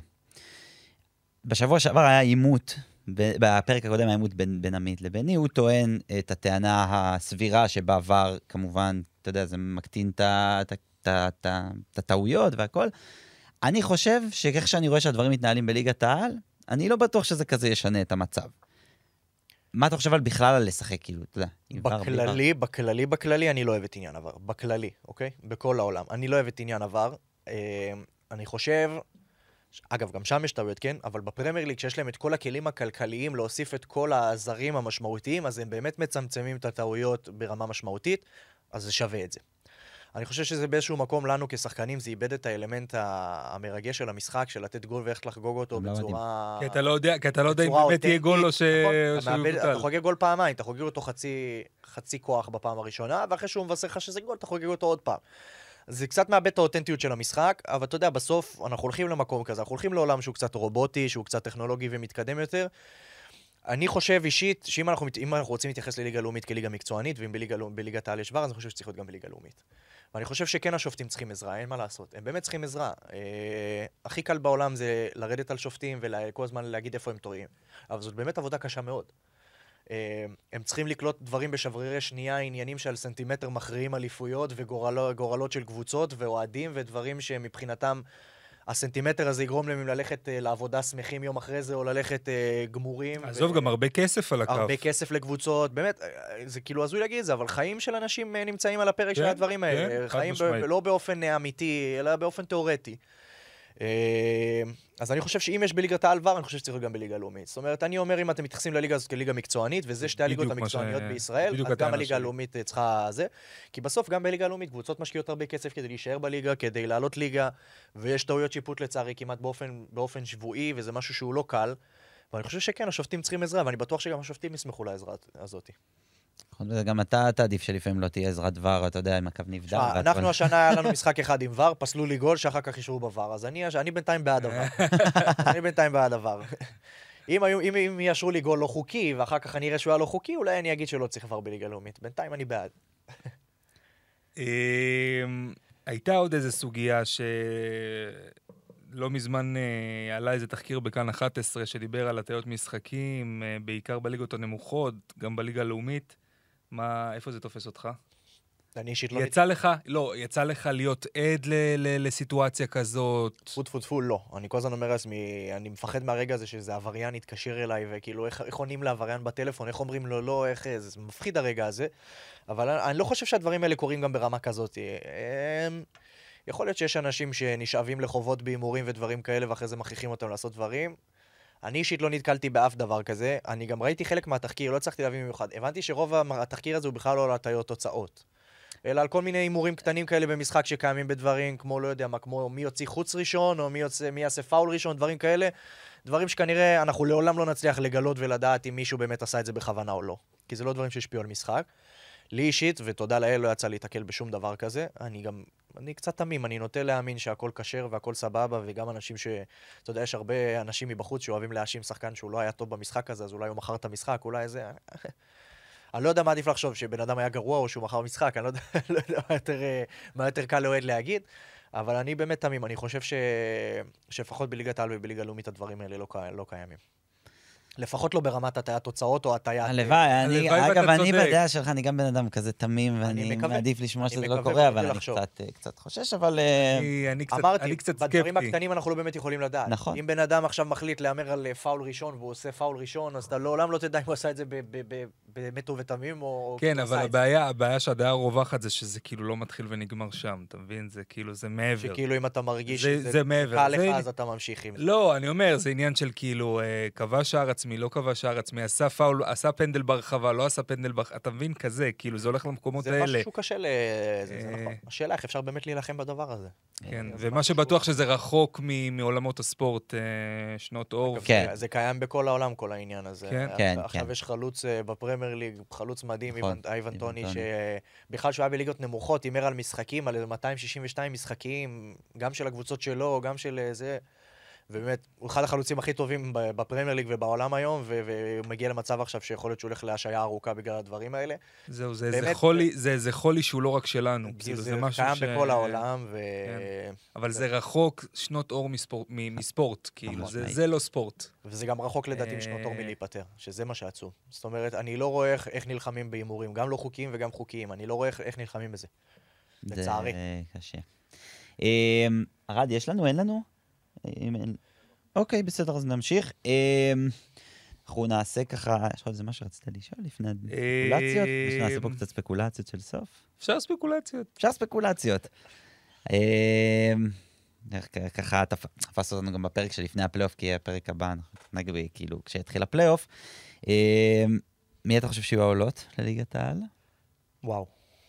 בשבוע שעבר היה עימות, בפרק הקודם היה עימות בין עמית לביני, הוא טוען את הטענה הסבירה שבעבר, כמובן, אתה יודע, זה מקטין את הטעויות והכל. אני חושב שאיך שאני רואה שהדברים מתנהלים בליגת העל, אני לא בטוח שזה כזה ישנה את המצב. מה אתה חושב על בכלל על לשחק, כאילו, אתה יודע? בכללי, אני לא אוהב את עניין עבר. בכללי, אוקיי? בכל העולם. אני לא אוהב את עניין עבר. אני חושב, אגב, גם שם יש טעויות, כן? אבל בפרמייר ליג, שיש להם את כל הכלים הכלכליים להוסיף את כל הזרים המשמעותיים, אז הם באמת מצמצמים את הטעויות ברמה משמעותית, אז זה שווה את זה. אני חושב שזה באיזשהו מקום לנו כשחקנים, זה איבד את האלמנט המרגש של המשחק, של לתת גול ואיך לחגוג אותו בצורה... כי אתה לא יודע אם באמת יהיה גול או שהוא יבוטל. אתה חוגג גול פעמיים, אתה חוגג אותו חצי כוח בפעם הראשונה, ואחרי שהוא מבשר לך שזה גול, אתה חוגג אותו עוד פעם. זה קצת מאבד את האותנטיות של המשחק, אבל אתה יודע, בסוף אנחנו הולכים למקום כזה, אנחנו הולכים לעולם שהוא קצת רובוטי, שהוא קצת טכנולוגי ומתקדם יותר. אני חושב אישית, שאם אנחנו רוצים להתייחס לליגה לאומית כליגה מקצוענית, ואם בליגת העל יש עבר, אז אני חושב שצריך להיות גם בליגה לאומית. ואני חושב שכן השופטים צריכים עזרה, אין מה לעשות. הם באמת צריכים עזרה. הכי קל בעולם זה לרדת על שופטים וכל הזמן להגיד איפה הם טועים. אבל זאת באמת עבודה קשה מאוד. הם צריכים לקלוט דברים בשברירי שנייה, עניינים שעל סנטימטר מכריעים אליפויות וגורלות של קבוצות ואוהדים ודברים שמבחינתם הסנטימטר הזה יגרום להם ללכת לעבודה שמחים יום אחרי זה או ללכת גמורים. עזוב, גם הרבה כסף על הקו. הרבה כסף לקבוצות, באמת, זה כאילו הזוי להגיד את זה, אבל חיים של אנשים נמצאים על הפרק של הדברים האלה. חיים לא באופן אמיתי, אלא באופן תיאורטי. אז אני חושב שאם יש בליגת העל עבר, אני חושב שצריך גם בליגה לאומית. זאת אומרת, אני אומר, אם אתם מתייחסים לליגה הזאת כליגה מקצוענית, וזה שתי הליגות המקצועניות בישראל, אז גם הליגה הלאומית צריכה זה. כי בסוף גם בליגה הלאומית קבוצות משקיעות הרבה כסף כדי להישאר בליגה, כדי לעלות ליגה, ויש טעויות שיפוט לצערי כמעט באופן שבועי, וזה משהו שהוא לא קל. ואני חושב שכן, השופטים צריכים עזרה, ואני בטוח שגם השופטים ישמחו לעזרה הזאת. גם אתה עדיף שלפעמים לא תהיה עזרת דבר, אתה יודע, אם הקו נבדל. אנחנו השנה היה לנו משחק אחד עם ור, פסלו לי גול שאחר כך אישרו בוור, אז אני בינתיים בעד עבר. אני בינתיים בעד עבר. אם יאשרו לי גול לא חוקי, ואחר כך אני אראה שהוא היה לא חוקי, אולי אני אגיד שלא צריך עבר בליגה לאומית. בינתיים אני בעד. הייתה עוד איזו סוגיה לא מזמן עלה איזה תחקיר בכאן 11 שדיבר על הטעיות משחקים, בעיקר בליגות הנמוכות, גם בליגה הלאומית. איפה זה תופס אותך? אני אישית לא... יצא לך להיות עד לסיטואציה כזאת? טפו, לא. אני כל הזמן אומר לעצמי, אני מפחד מהרגע הזה שזה עבריין יתקשר אליי, וכאילו איך עונים לעבריין בטלפון, איך אומרים לו לא, זה מפחיד הרגע הזה. אבל אני לא חושב שהדברים האלה קורים גם ברמה כזאת. יכול להיות שיש אנשים שנשאבים לחובות בהימורים ודברים כאלה, ואחרי זה מכריחים אותם לעשות דברים. אני אישית לא נתקלתי באף דבר כזה. אני גם ראיתי חלק מהתחקיר, לא הצלחתי להבין במיוחד. הבנתי שרוב התחקיר הזה הוא בכלל לא על הטעיות תוצאות. אלא על כל מיני הימורים קטנים כאלה במשחק שקיימים בדברים, כמו לא יודע מה, כמו מי יוציא חוץ ראשון, או מי יעשה פאול ראשון, דברים כאלה. דברים שכנראה אנחנו לעולם לא נצליח לגלות ולדעת אם מישהו באמת עשה את זה בכוונה או לא. כי זה לא דברים שהשפיעו על משחק. לי אישית, ותודה לאל, לא יצא להתקל בשום דבר כזה. אני קצת תמים, אני נוטה להאמין שהכל כשר והכל סבבה, וגם אנשים אתה יודע, יש הרבה אנשים מבחוץ שאוהבים להאשים שחקן שהוא לא היה טוב במשחק הזה, אז אולי הוא מכר את המשחק, אולי זה... אני לא יודע מה עדיף לחשוב, שבן אדם היה גרוע או שהוא מכר משחק, אני לא יודע מה יותר קל לאוהד להגיד, אבל אני באמת תמים, אני חושב שפחות בליגת העל ובליגה הלאומית הדברים האלה לא קיימים. לפחות לא ברמת הטעיית תוצאות או הטעיית... הלוואי, אגב, אני בדעה שלך, אני גם בן אדם כזה תמים, ואני מעדיף לשמוע שזה לא קורה, אבל אני קצת חושש, אבל... אני קצת סקפטי. בדברים הקטנים אנחנו לא באמת יכולים לדעת. נכון. אם בן אדם עכשיו מחליט להמר על פאול ראשון, והוא עושה פאול ראשון, אז אתה לעולם לא תדע אם הוא עשה את זה באמת ובתמים, או... כן, אבל הבעיה שהדעה הרווחת זה שזה כאילו לא מתחיל ונגמר שם, אתה מבין? זה כאילו, זה מעבר. שכאילו אם אתה מרגיש זה מעבר. קל לך, אז אתה ממשיך עם זה. לא, אני אומר, זה עניין של כאילו, קבע שער עצמי, לא קבע שער עצמי, עשה פאול, עשה פנדל ברחבה, לא עשה פנדל ברחבה, אתה מבין כזה, כאילו, זה הולך למקומות האלה. זה משהו קשה זה נכון. השאלה, איך אפשר באמת להילחם בדבר הזה? כן, ומה שבטוח שזה רחוק מעולמות הספורט, שנות אור. כן. זה קיים בכל העולם, כל העניין הזה. כן, עכשיו יש חלוץ בפרמייר ליג, חלוץ מדהים, אייבן טוני, טוני. שבכלל שהוא היה בליגות נמוכות, הימר על משחקים, על 262 משחקים, גם של הקבוצות שלו, גם של זה, ובאמת, הוא אחד החלוצים הכי טובים בפרמייר ליג ובעולם היום, והוא מגיע למצב עכשיו שיכול להיות שהוא הולך להשעיה ארוכה בגלל הדברים האלה. זהו, זה איזה חולי שהוא לא רק שלנו. זה קיים בכל העולם, אבל זה רחוק שנות אור מספורט, כאילו, זה לא ספורט. וזה גם רחוק לדעתי משנות אור מלהיפטר, שזה מה שעצוב. זאת אומרת, אני לא רואה איך נלחמים בהימורים, גם לא חוקיים וגם חוקיים, אני לא רואה איך נלחמים בזה. לצערי. זה קשה. ארד, יש לנו? אין לנו? אוקיי, בסדר, אז נמשיך. אנחנו נעשה ככה, יש לך איזה מה שרצית לשאול לפני הספקולציות? נעשה פה קצת ספקולציות של סוף. אפשר ספקולציות. אפשר ספקולציות. ככה תפס אותנו גם בפרק שלפני הפלייאוף, כי הפרק הבא, נגיד, כאילו, כשהתחיל הפלייאוף. מי אתה חושב שיהיו העולות לליגת העל? וואו.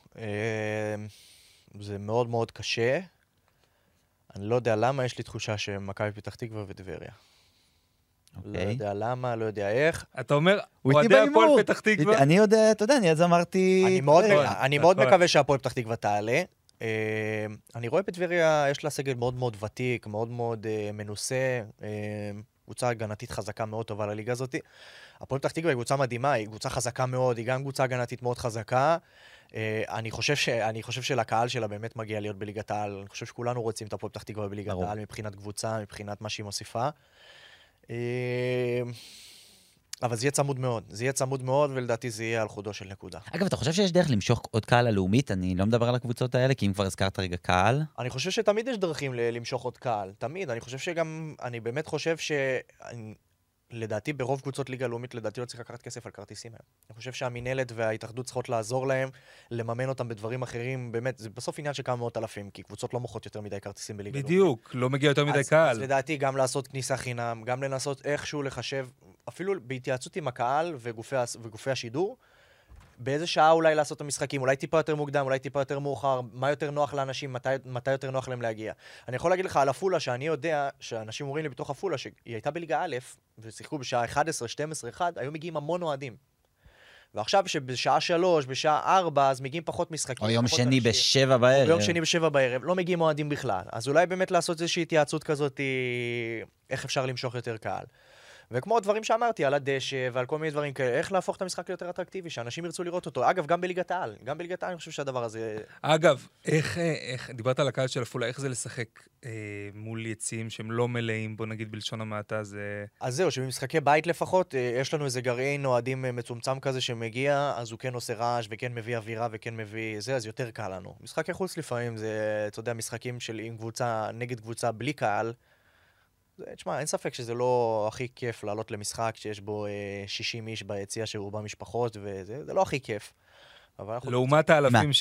זה מאוד מאוד קשה. אני לא יודע למה, יש לי תחושה שמכבי פתח תקווה וטבריה. לא יודע למה, לא יודע איך. אתה אומר, אוהדי הפועל פתח תקווה? אני יודע, אתה יודע, אני אז אמרתי... אני מאוד מקווה שהפועל פתח תקווה תעלה. אני רואה בטבריה, יש לה סגל מאוד מאוד ותיק, מאוד מאוד מנוסה, קבוצה הגנתית חזקה מאוד טובה לליגה הזאת. הפועל פתח תקווה היא קבוצה מדהימה, היא קבוצה חזקה מאוד, היא גם קבוצה הגנתית מאוד חזקה. אני חושב שלקהל שלה באמת מגיע להיות בליגת העל. אני חושב שכולנו רוצים את הפועל פתח תקווה בליגת העל, מבחינת קבוצה, מבחינת מה שהיא מוסיפה. אבל זה יהיה צמוד מאוד, ולדעתי זה יהיה על חודו של נקודה. אגב, אתה חושב שיש דרך למשוך עוד קהל הלאומית? אני לא מדבר על הקבוצות האלה, כי אם כבר הזכרת רגע קהל. אני חושב שתמיד יש דרכים למשוך עוד קהל, תמיד. אני באמת חושב לדעתי ברוב קבוצות ליגה לאומית, לדעתי לא צריך לקחת כסף על כרטיסים היום. אני חושב שהמינהלת וההתאחדות צריכות לעזור להם, לממן אותם בדברים אחרים, באמת, זה בסוף עניין של כמה מאות אלפים, כי קבוצות לא מוכרות יותר מדי כרטיסים בליגה לאומית. בדיוק, לא מגיע יותר מדי קהל. אז לדעתי גם לעשות כניסה חינם, גם לנסות איכשהו לחשב, אפילו בהתייעצות עם הקהל וגופי השידור, באיזה שעה אולי לעשות את המשחקים, אולי טיפה יותר מוקדם, אולי טיפה יותר מאוחר, מה יותר נוח לאנשים, מתי יותר נוח להם להגיע. אני יכול להגיד לך על הפולה, שאני יודע שאנשים אומרים לי בתוך הפולה, שהיא הייתה בליגה א', ושיחקו בשעה 11, 12, 1, היו מגיעים המון אוהדים. ועכשיו שבשעה 3, בשעה 4, אז מגיעים פחות משחקים. או יום שני ב7 בערב. ביום שני ב7 בערב, לא מגיעים אוהדים בכלל. אז אולי באמת לעשות איזושהי התייעצות כזאת, איך אפשר למשוך יותר קהל. וכמו הדברים שאמרתי, על הדשא ועל כל מיני דברים כאלה, איך להפוך את המשחק ליותר אטרקטיבי, שאנשים ירצו לראות אותו. אגב, גם בליגת העל. גם בליגת העל אני חושב שהדבר הזה... אגב, איך דיברת על הקהל של הפולה, איך זה לשחק מול יציאים שהם לא מלאים, בוא נגיד בלשון המעטה, זה... אז זהו, שבמשחקי בית לפחות, יש לנו איזה גרעין אוהדים מצומצם כזה שמגיע, אז הוא כן עושה רעש וכן מביא אווירה וכן מביא זה, אז יותר קל לנו. משחקי חוץ לפעמים זה, אתה יודע, משחקים של עם קבוצה, נגד קבוצה בלי קהל, תשמע, אין ספק שזה לא הכי כיף לעלות למשחק שיש בו 60 איש ביציאה שרובה משפחות, וזה לא הכי כיף. לעומת האלפים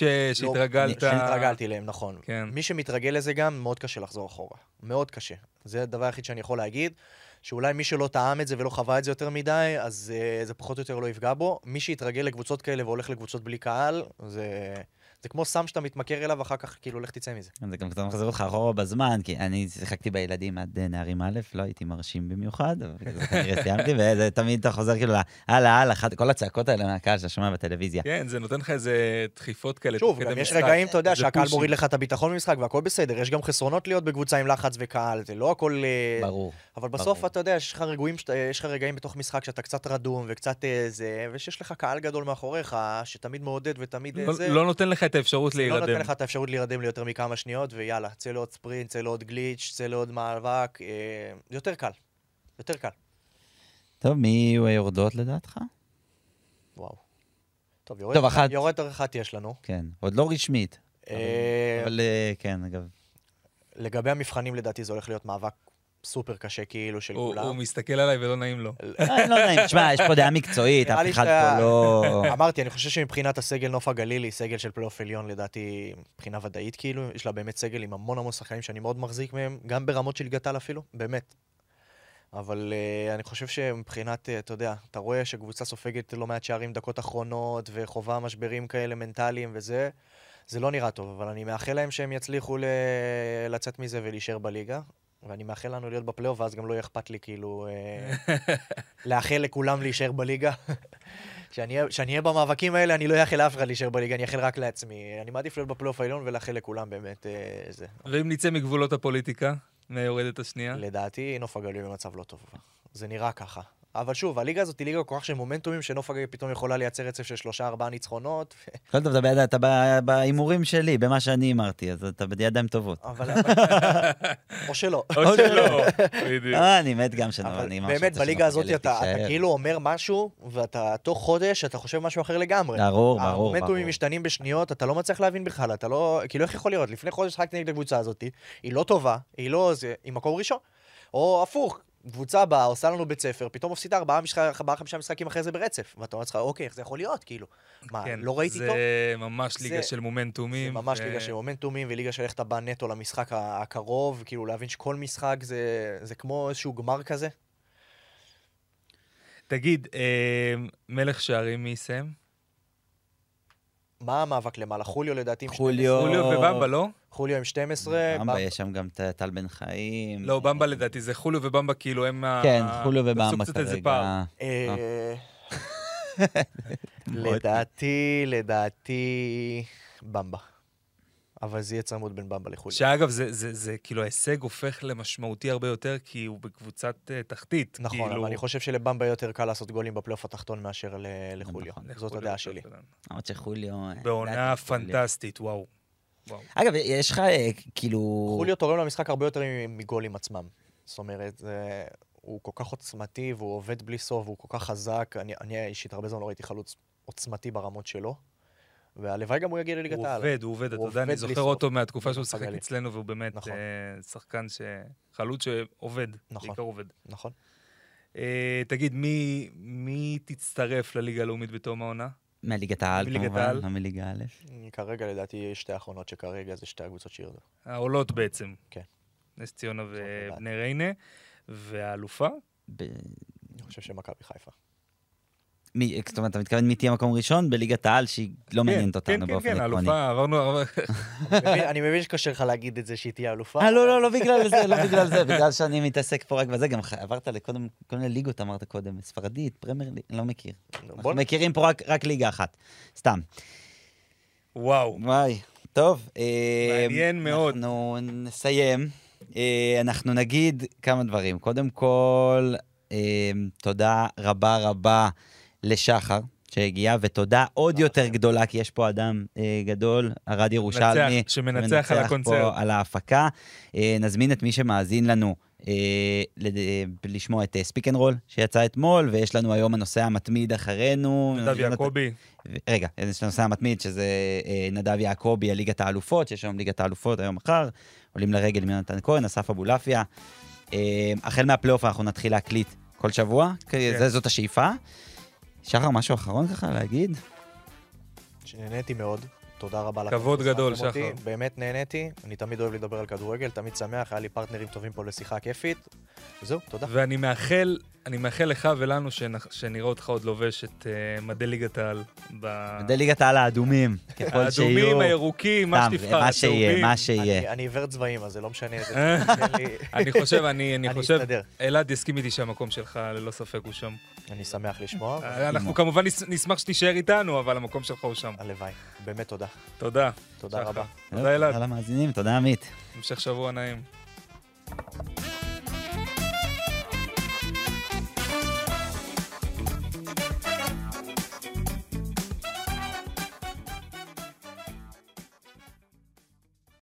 שהתרגלתי להם, נכון. כן. מי שמתרגל לזה גם, מאוד קשה לחזור אחורה. מאוד קשה. זה הדבר היחיד שאני יכול להגיד, שאולי מי שלא טעם את זה ולא חווה את זה יותר מדי, אז זה פחות או יותר לא יפגע בו. מי שיתרגל לקבוצות כאלה והולך לקבוצות בלי קהל, זה כמו סם שאתה מתמכר אליו, ואחר כך כאילו לך תצא מזה. זה גם קצת מחזיר אותך אחורה בזמן, כי אני שיחקתי בילדים עד נערים א', לא הייתי מרשים במיוחד, אבל כנראה סיימתי, ותמיד אתה חוזר כאילו, הלאה, כל הצעקות האלה מהקהל שאתה שומע בטלוויזיה. כן, זה נותן לך איזה דחיפות כאלה. שוב, גם יש רגעים, אתה יודע, שהקהל מוריד לך את הביטחון במשחק, והכל בסדר. יש גם חסרונות להיות בקבוצה עם לחץ וקהל, זה לא הכל... ברור. אבל בסוף, אתה יודע, יש לך רגעים בתוך משחק שאתה קצת רדום וקצת זה, ושיש לך קהל גדול מאחוריך, שתמיד מעודד ותמיד זה. לא נותן לך את האפשרות להירדם. לא נותן לך את האפשרות להירדם ליותר מכמה שניות, ויאללה, צא לעוד ספרינט, צא לעוד גליץ', צא לעוד מאבק, יותר קל. יותר קל. טוב, מי יהיו היורדות לדעתך? וואו. טוב, יורדת אחת יש לנו. כן, עוד לא רשמית. אבל כן, אגב. לגבי המבחנים לדעתי זה הולך להיות מאבק סופר קשה כאילו של הוא כולם. מסתכל עליי ולא נעים לו. לא נעים, תשמע, יש פה דעה מקצועית, אף אחד פה לא... אמרתי, אני חושב שמבחינת הסגל נוף הגלילי, סגל של פלייאוף עליון, לדעתי, מבחינה ודאית כאילו, יש לה באמת סגל עם המון שחקנים שאני מאוד מחזיק מהם, גם ברמות של ליגת העל אפילו, באמת. אבל אני חושב שמבחינת, אתה יודע, אתה רואה שקבוצה סופגת לא מעט שערים דקות אחרונות, וחובה משברים כאלה מנטליים וזה, זה לא נראה טוב, אבל אני מאחל להם שהם יצליחו לצאת מזה ולהישאר בליגה, ואני מאחל לנו להיות בפלייאוף, ואז גם לא יהיה אכפת לי כאילו לאחל לכולם להישאר בליגה. כשאני אהיה במאבקים האלה, אני לא יאחל לאף אחד להישאר בליגה, אני יאחל רק לעצמי. אני מעדיף להיות בפלייאוף העליון ולאחל לכולם באמת זה. ואם נצא מגבולות הפוליטיקה, מהיורדת השנייה? לדעתי, נוף הגליל במצב לא טוב. זה נראה ככה. אבל שוב, הליגה הזאת היא ליגה כל כך של מומנטומים, שנוף הגליל פתאום יכולה לייצר רצף של 3-4 ניצחונות. כל טוב, אתה בהימורים שלי, במה שאני אמרתי, אז אתה בידיים טובות. אבל... או שלא. או שלא, בדיוק. אני מת גם שנורא, אני ממש באמת, בליגה הזאת אתה כאילו אומר משהו, ואתה תוך חודש, אתה חושב משהו אחר לגמרי. ברור. המומנטומים משתנים בשניות, אתה לא מצליח להבין בכלל, אתה לא... כאילו, איך יכול להיות? לפני חודש שחקתי נגד הקבוצה הזאת, היא לא טובה, היא לא... היא מקום ראשון. או הפוך, קבוצה באה, עושה לנו בית ספר, פתאום מפסידה 4-5 משחקים אחרי זה ברצף. ואתה אומר לך, אוקיי, איך זה יכול להיות? כאילו, מה, לא ראיתי טוב? זה ממש ליגה של מומנטומים. זה ממש ליגה של מומנטומים, וליגה של איך אתה בא נטו למשחק הקרוב, כאילו להבין שכל משחק זה כמו איזשהו גמר כזה. תגיד, מלך שערים מי יסיים? מה המאבק למעלה? חוליו לדעתי עם 12. חוליו ובמבה, לא? חוליו עם 12. במבה, יש שם גם טל בן חיים. לא, במבה לדעתי, זה חוליו ובמבה, כאילו הם... כן, חוליו ובמבה כרגע. לדעתי, במבה. אבל זה יהיה צמוד בין במבה לחוליו. שאגב, זה כאילו ההישג הופך למשמעותי הרבה יותר, כי הוא בקבוצת תחתית. נכון, אבל אני חושב שלבמבה יותר קל לעשות גולים בפלייאוף התחתון מאשר לחוליו. זאת הדעה שלי. למרות שחוליו... בעונה פנטסטית, וואו. אגב, יש לך כאילו... חוליו תורם למשחק הרבה יותר מגולים עצמם. זאת אומרת, הוא כל כך עוצמתי, והוא עובד בלי סוף, והוא כל כך חזק. אני אישית הרבה זמן לא ראיתי חלוץ עוצמתי ברמות שלו. והלוואי גם הוא יגיע לליגת העל. הוא עובד, אתה יודע, אני זוכר אותו מהתקופה שהוא שחק אצלנו, והוא באמת שחקן חלוץ שעובד, בעיקר עובד. נכון. תגיד, מי תצטרף לליגה הלאומית בתום העונה? מהליגת העל, כמובן, לא מליגה א'. כרגע, לדעתי, יש שתי האחרונות שכרגע זה שתי הקבוצות שירדו. העולות בעצם. כן. נס ציונה ובני ריינה, והאלופה? אני חושב שמכבי חיפה. זאת אומרת, אתה מתכוון מי תהיה מקום ראשון בליגת העל שהיא לא מעניינת אותנו באופן עקרוני. כן, האלופה, עברנו... אני מבין שקשה לך להגיד את זה שהיא תהיה אלופה. לא בגלל זה, בגלל שאני מתעסק פה רק בזה, גם עברת לקודם, כל מיני ליגות אמרת קודם, ספרדית, פרמייר ליג, אני לא מכיר. אנחנו מכירים פה רק ליגה אחת, סתם. וואי. טוב. מעניין מאוד. אנחנו נסיים, אנחנו נגיד כמה דברים. קודם כל, תודה רבה לשחר שהגיע, ותודה עוד יותר גדולה, כי יש פה אדם גדול, ארד ירושלמי, שמנצח על הקונצרט. על ההפקה. נזמין את מי שמאזין לנו לשמוע את ספיק אנד רול, שיצא אתמול, ויש לנו היום הנושא המתמיד אחרינו. נדב יעקובי. רגע, יש הנושא המתמיד, שזה נדב יעקובי, הליגת האלופות, שיש היום ליגת האלופות היום מחר, עולים לרגל מיונתן כהן, אסף אבולעפיה. החל מהפלייאוף אנחנו נתחיל להקליט כל שבוע, זאת השאיפה. שחר, משהו אחרון ככה להגיד? שנהניתי מאוד, תודה רבה. כבוד גדול, שחר. באמת נהניתי, אני תמיד אוהב לדבר על כדורגל, תמיד שמח, היה לי פרטנרים טובים פה לשיחה כיפית. וזהו, תודה. ואני מאחל לך ולנו שנראה אותך עוד לובש את מדי ליגת העל. מדי ליגת העל האדומים, ככל שיהיו. האדומים, הירוקים, מה שתבחר. מה שיהיה. אני עיוור צבעים, אז זה לא משנה. אני חושב, אלעד יסכים איתי שהמקום שלך ללא ספק הוא שם. אני שמח לשמוע. אנחנו כמובן נשמח שתישאר איתנו, אבל המקום שלך הוא שם. הלוואי, באמת תודה. תודה. תודה רבה. תודה אלעד. תודה למאזינים, תודה עמית. המשך שבוע נעים.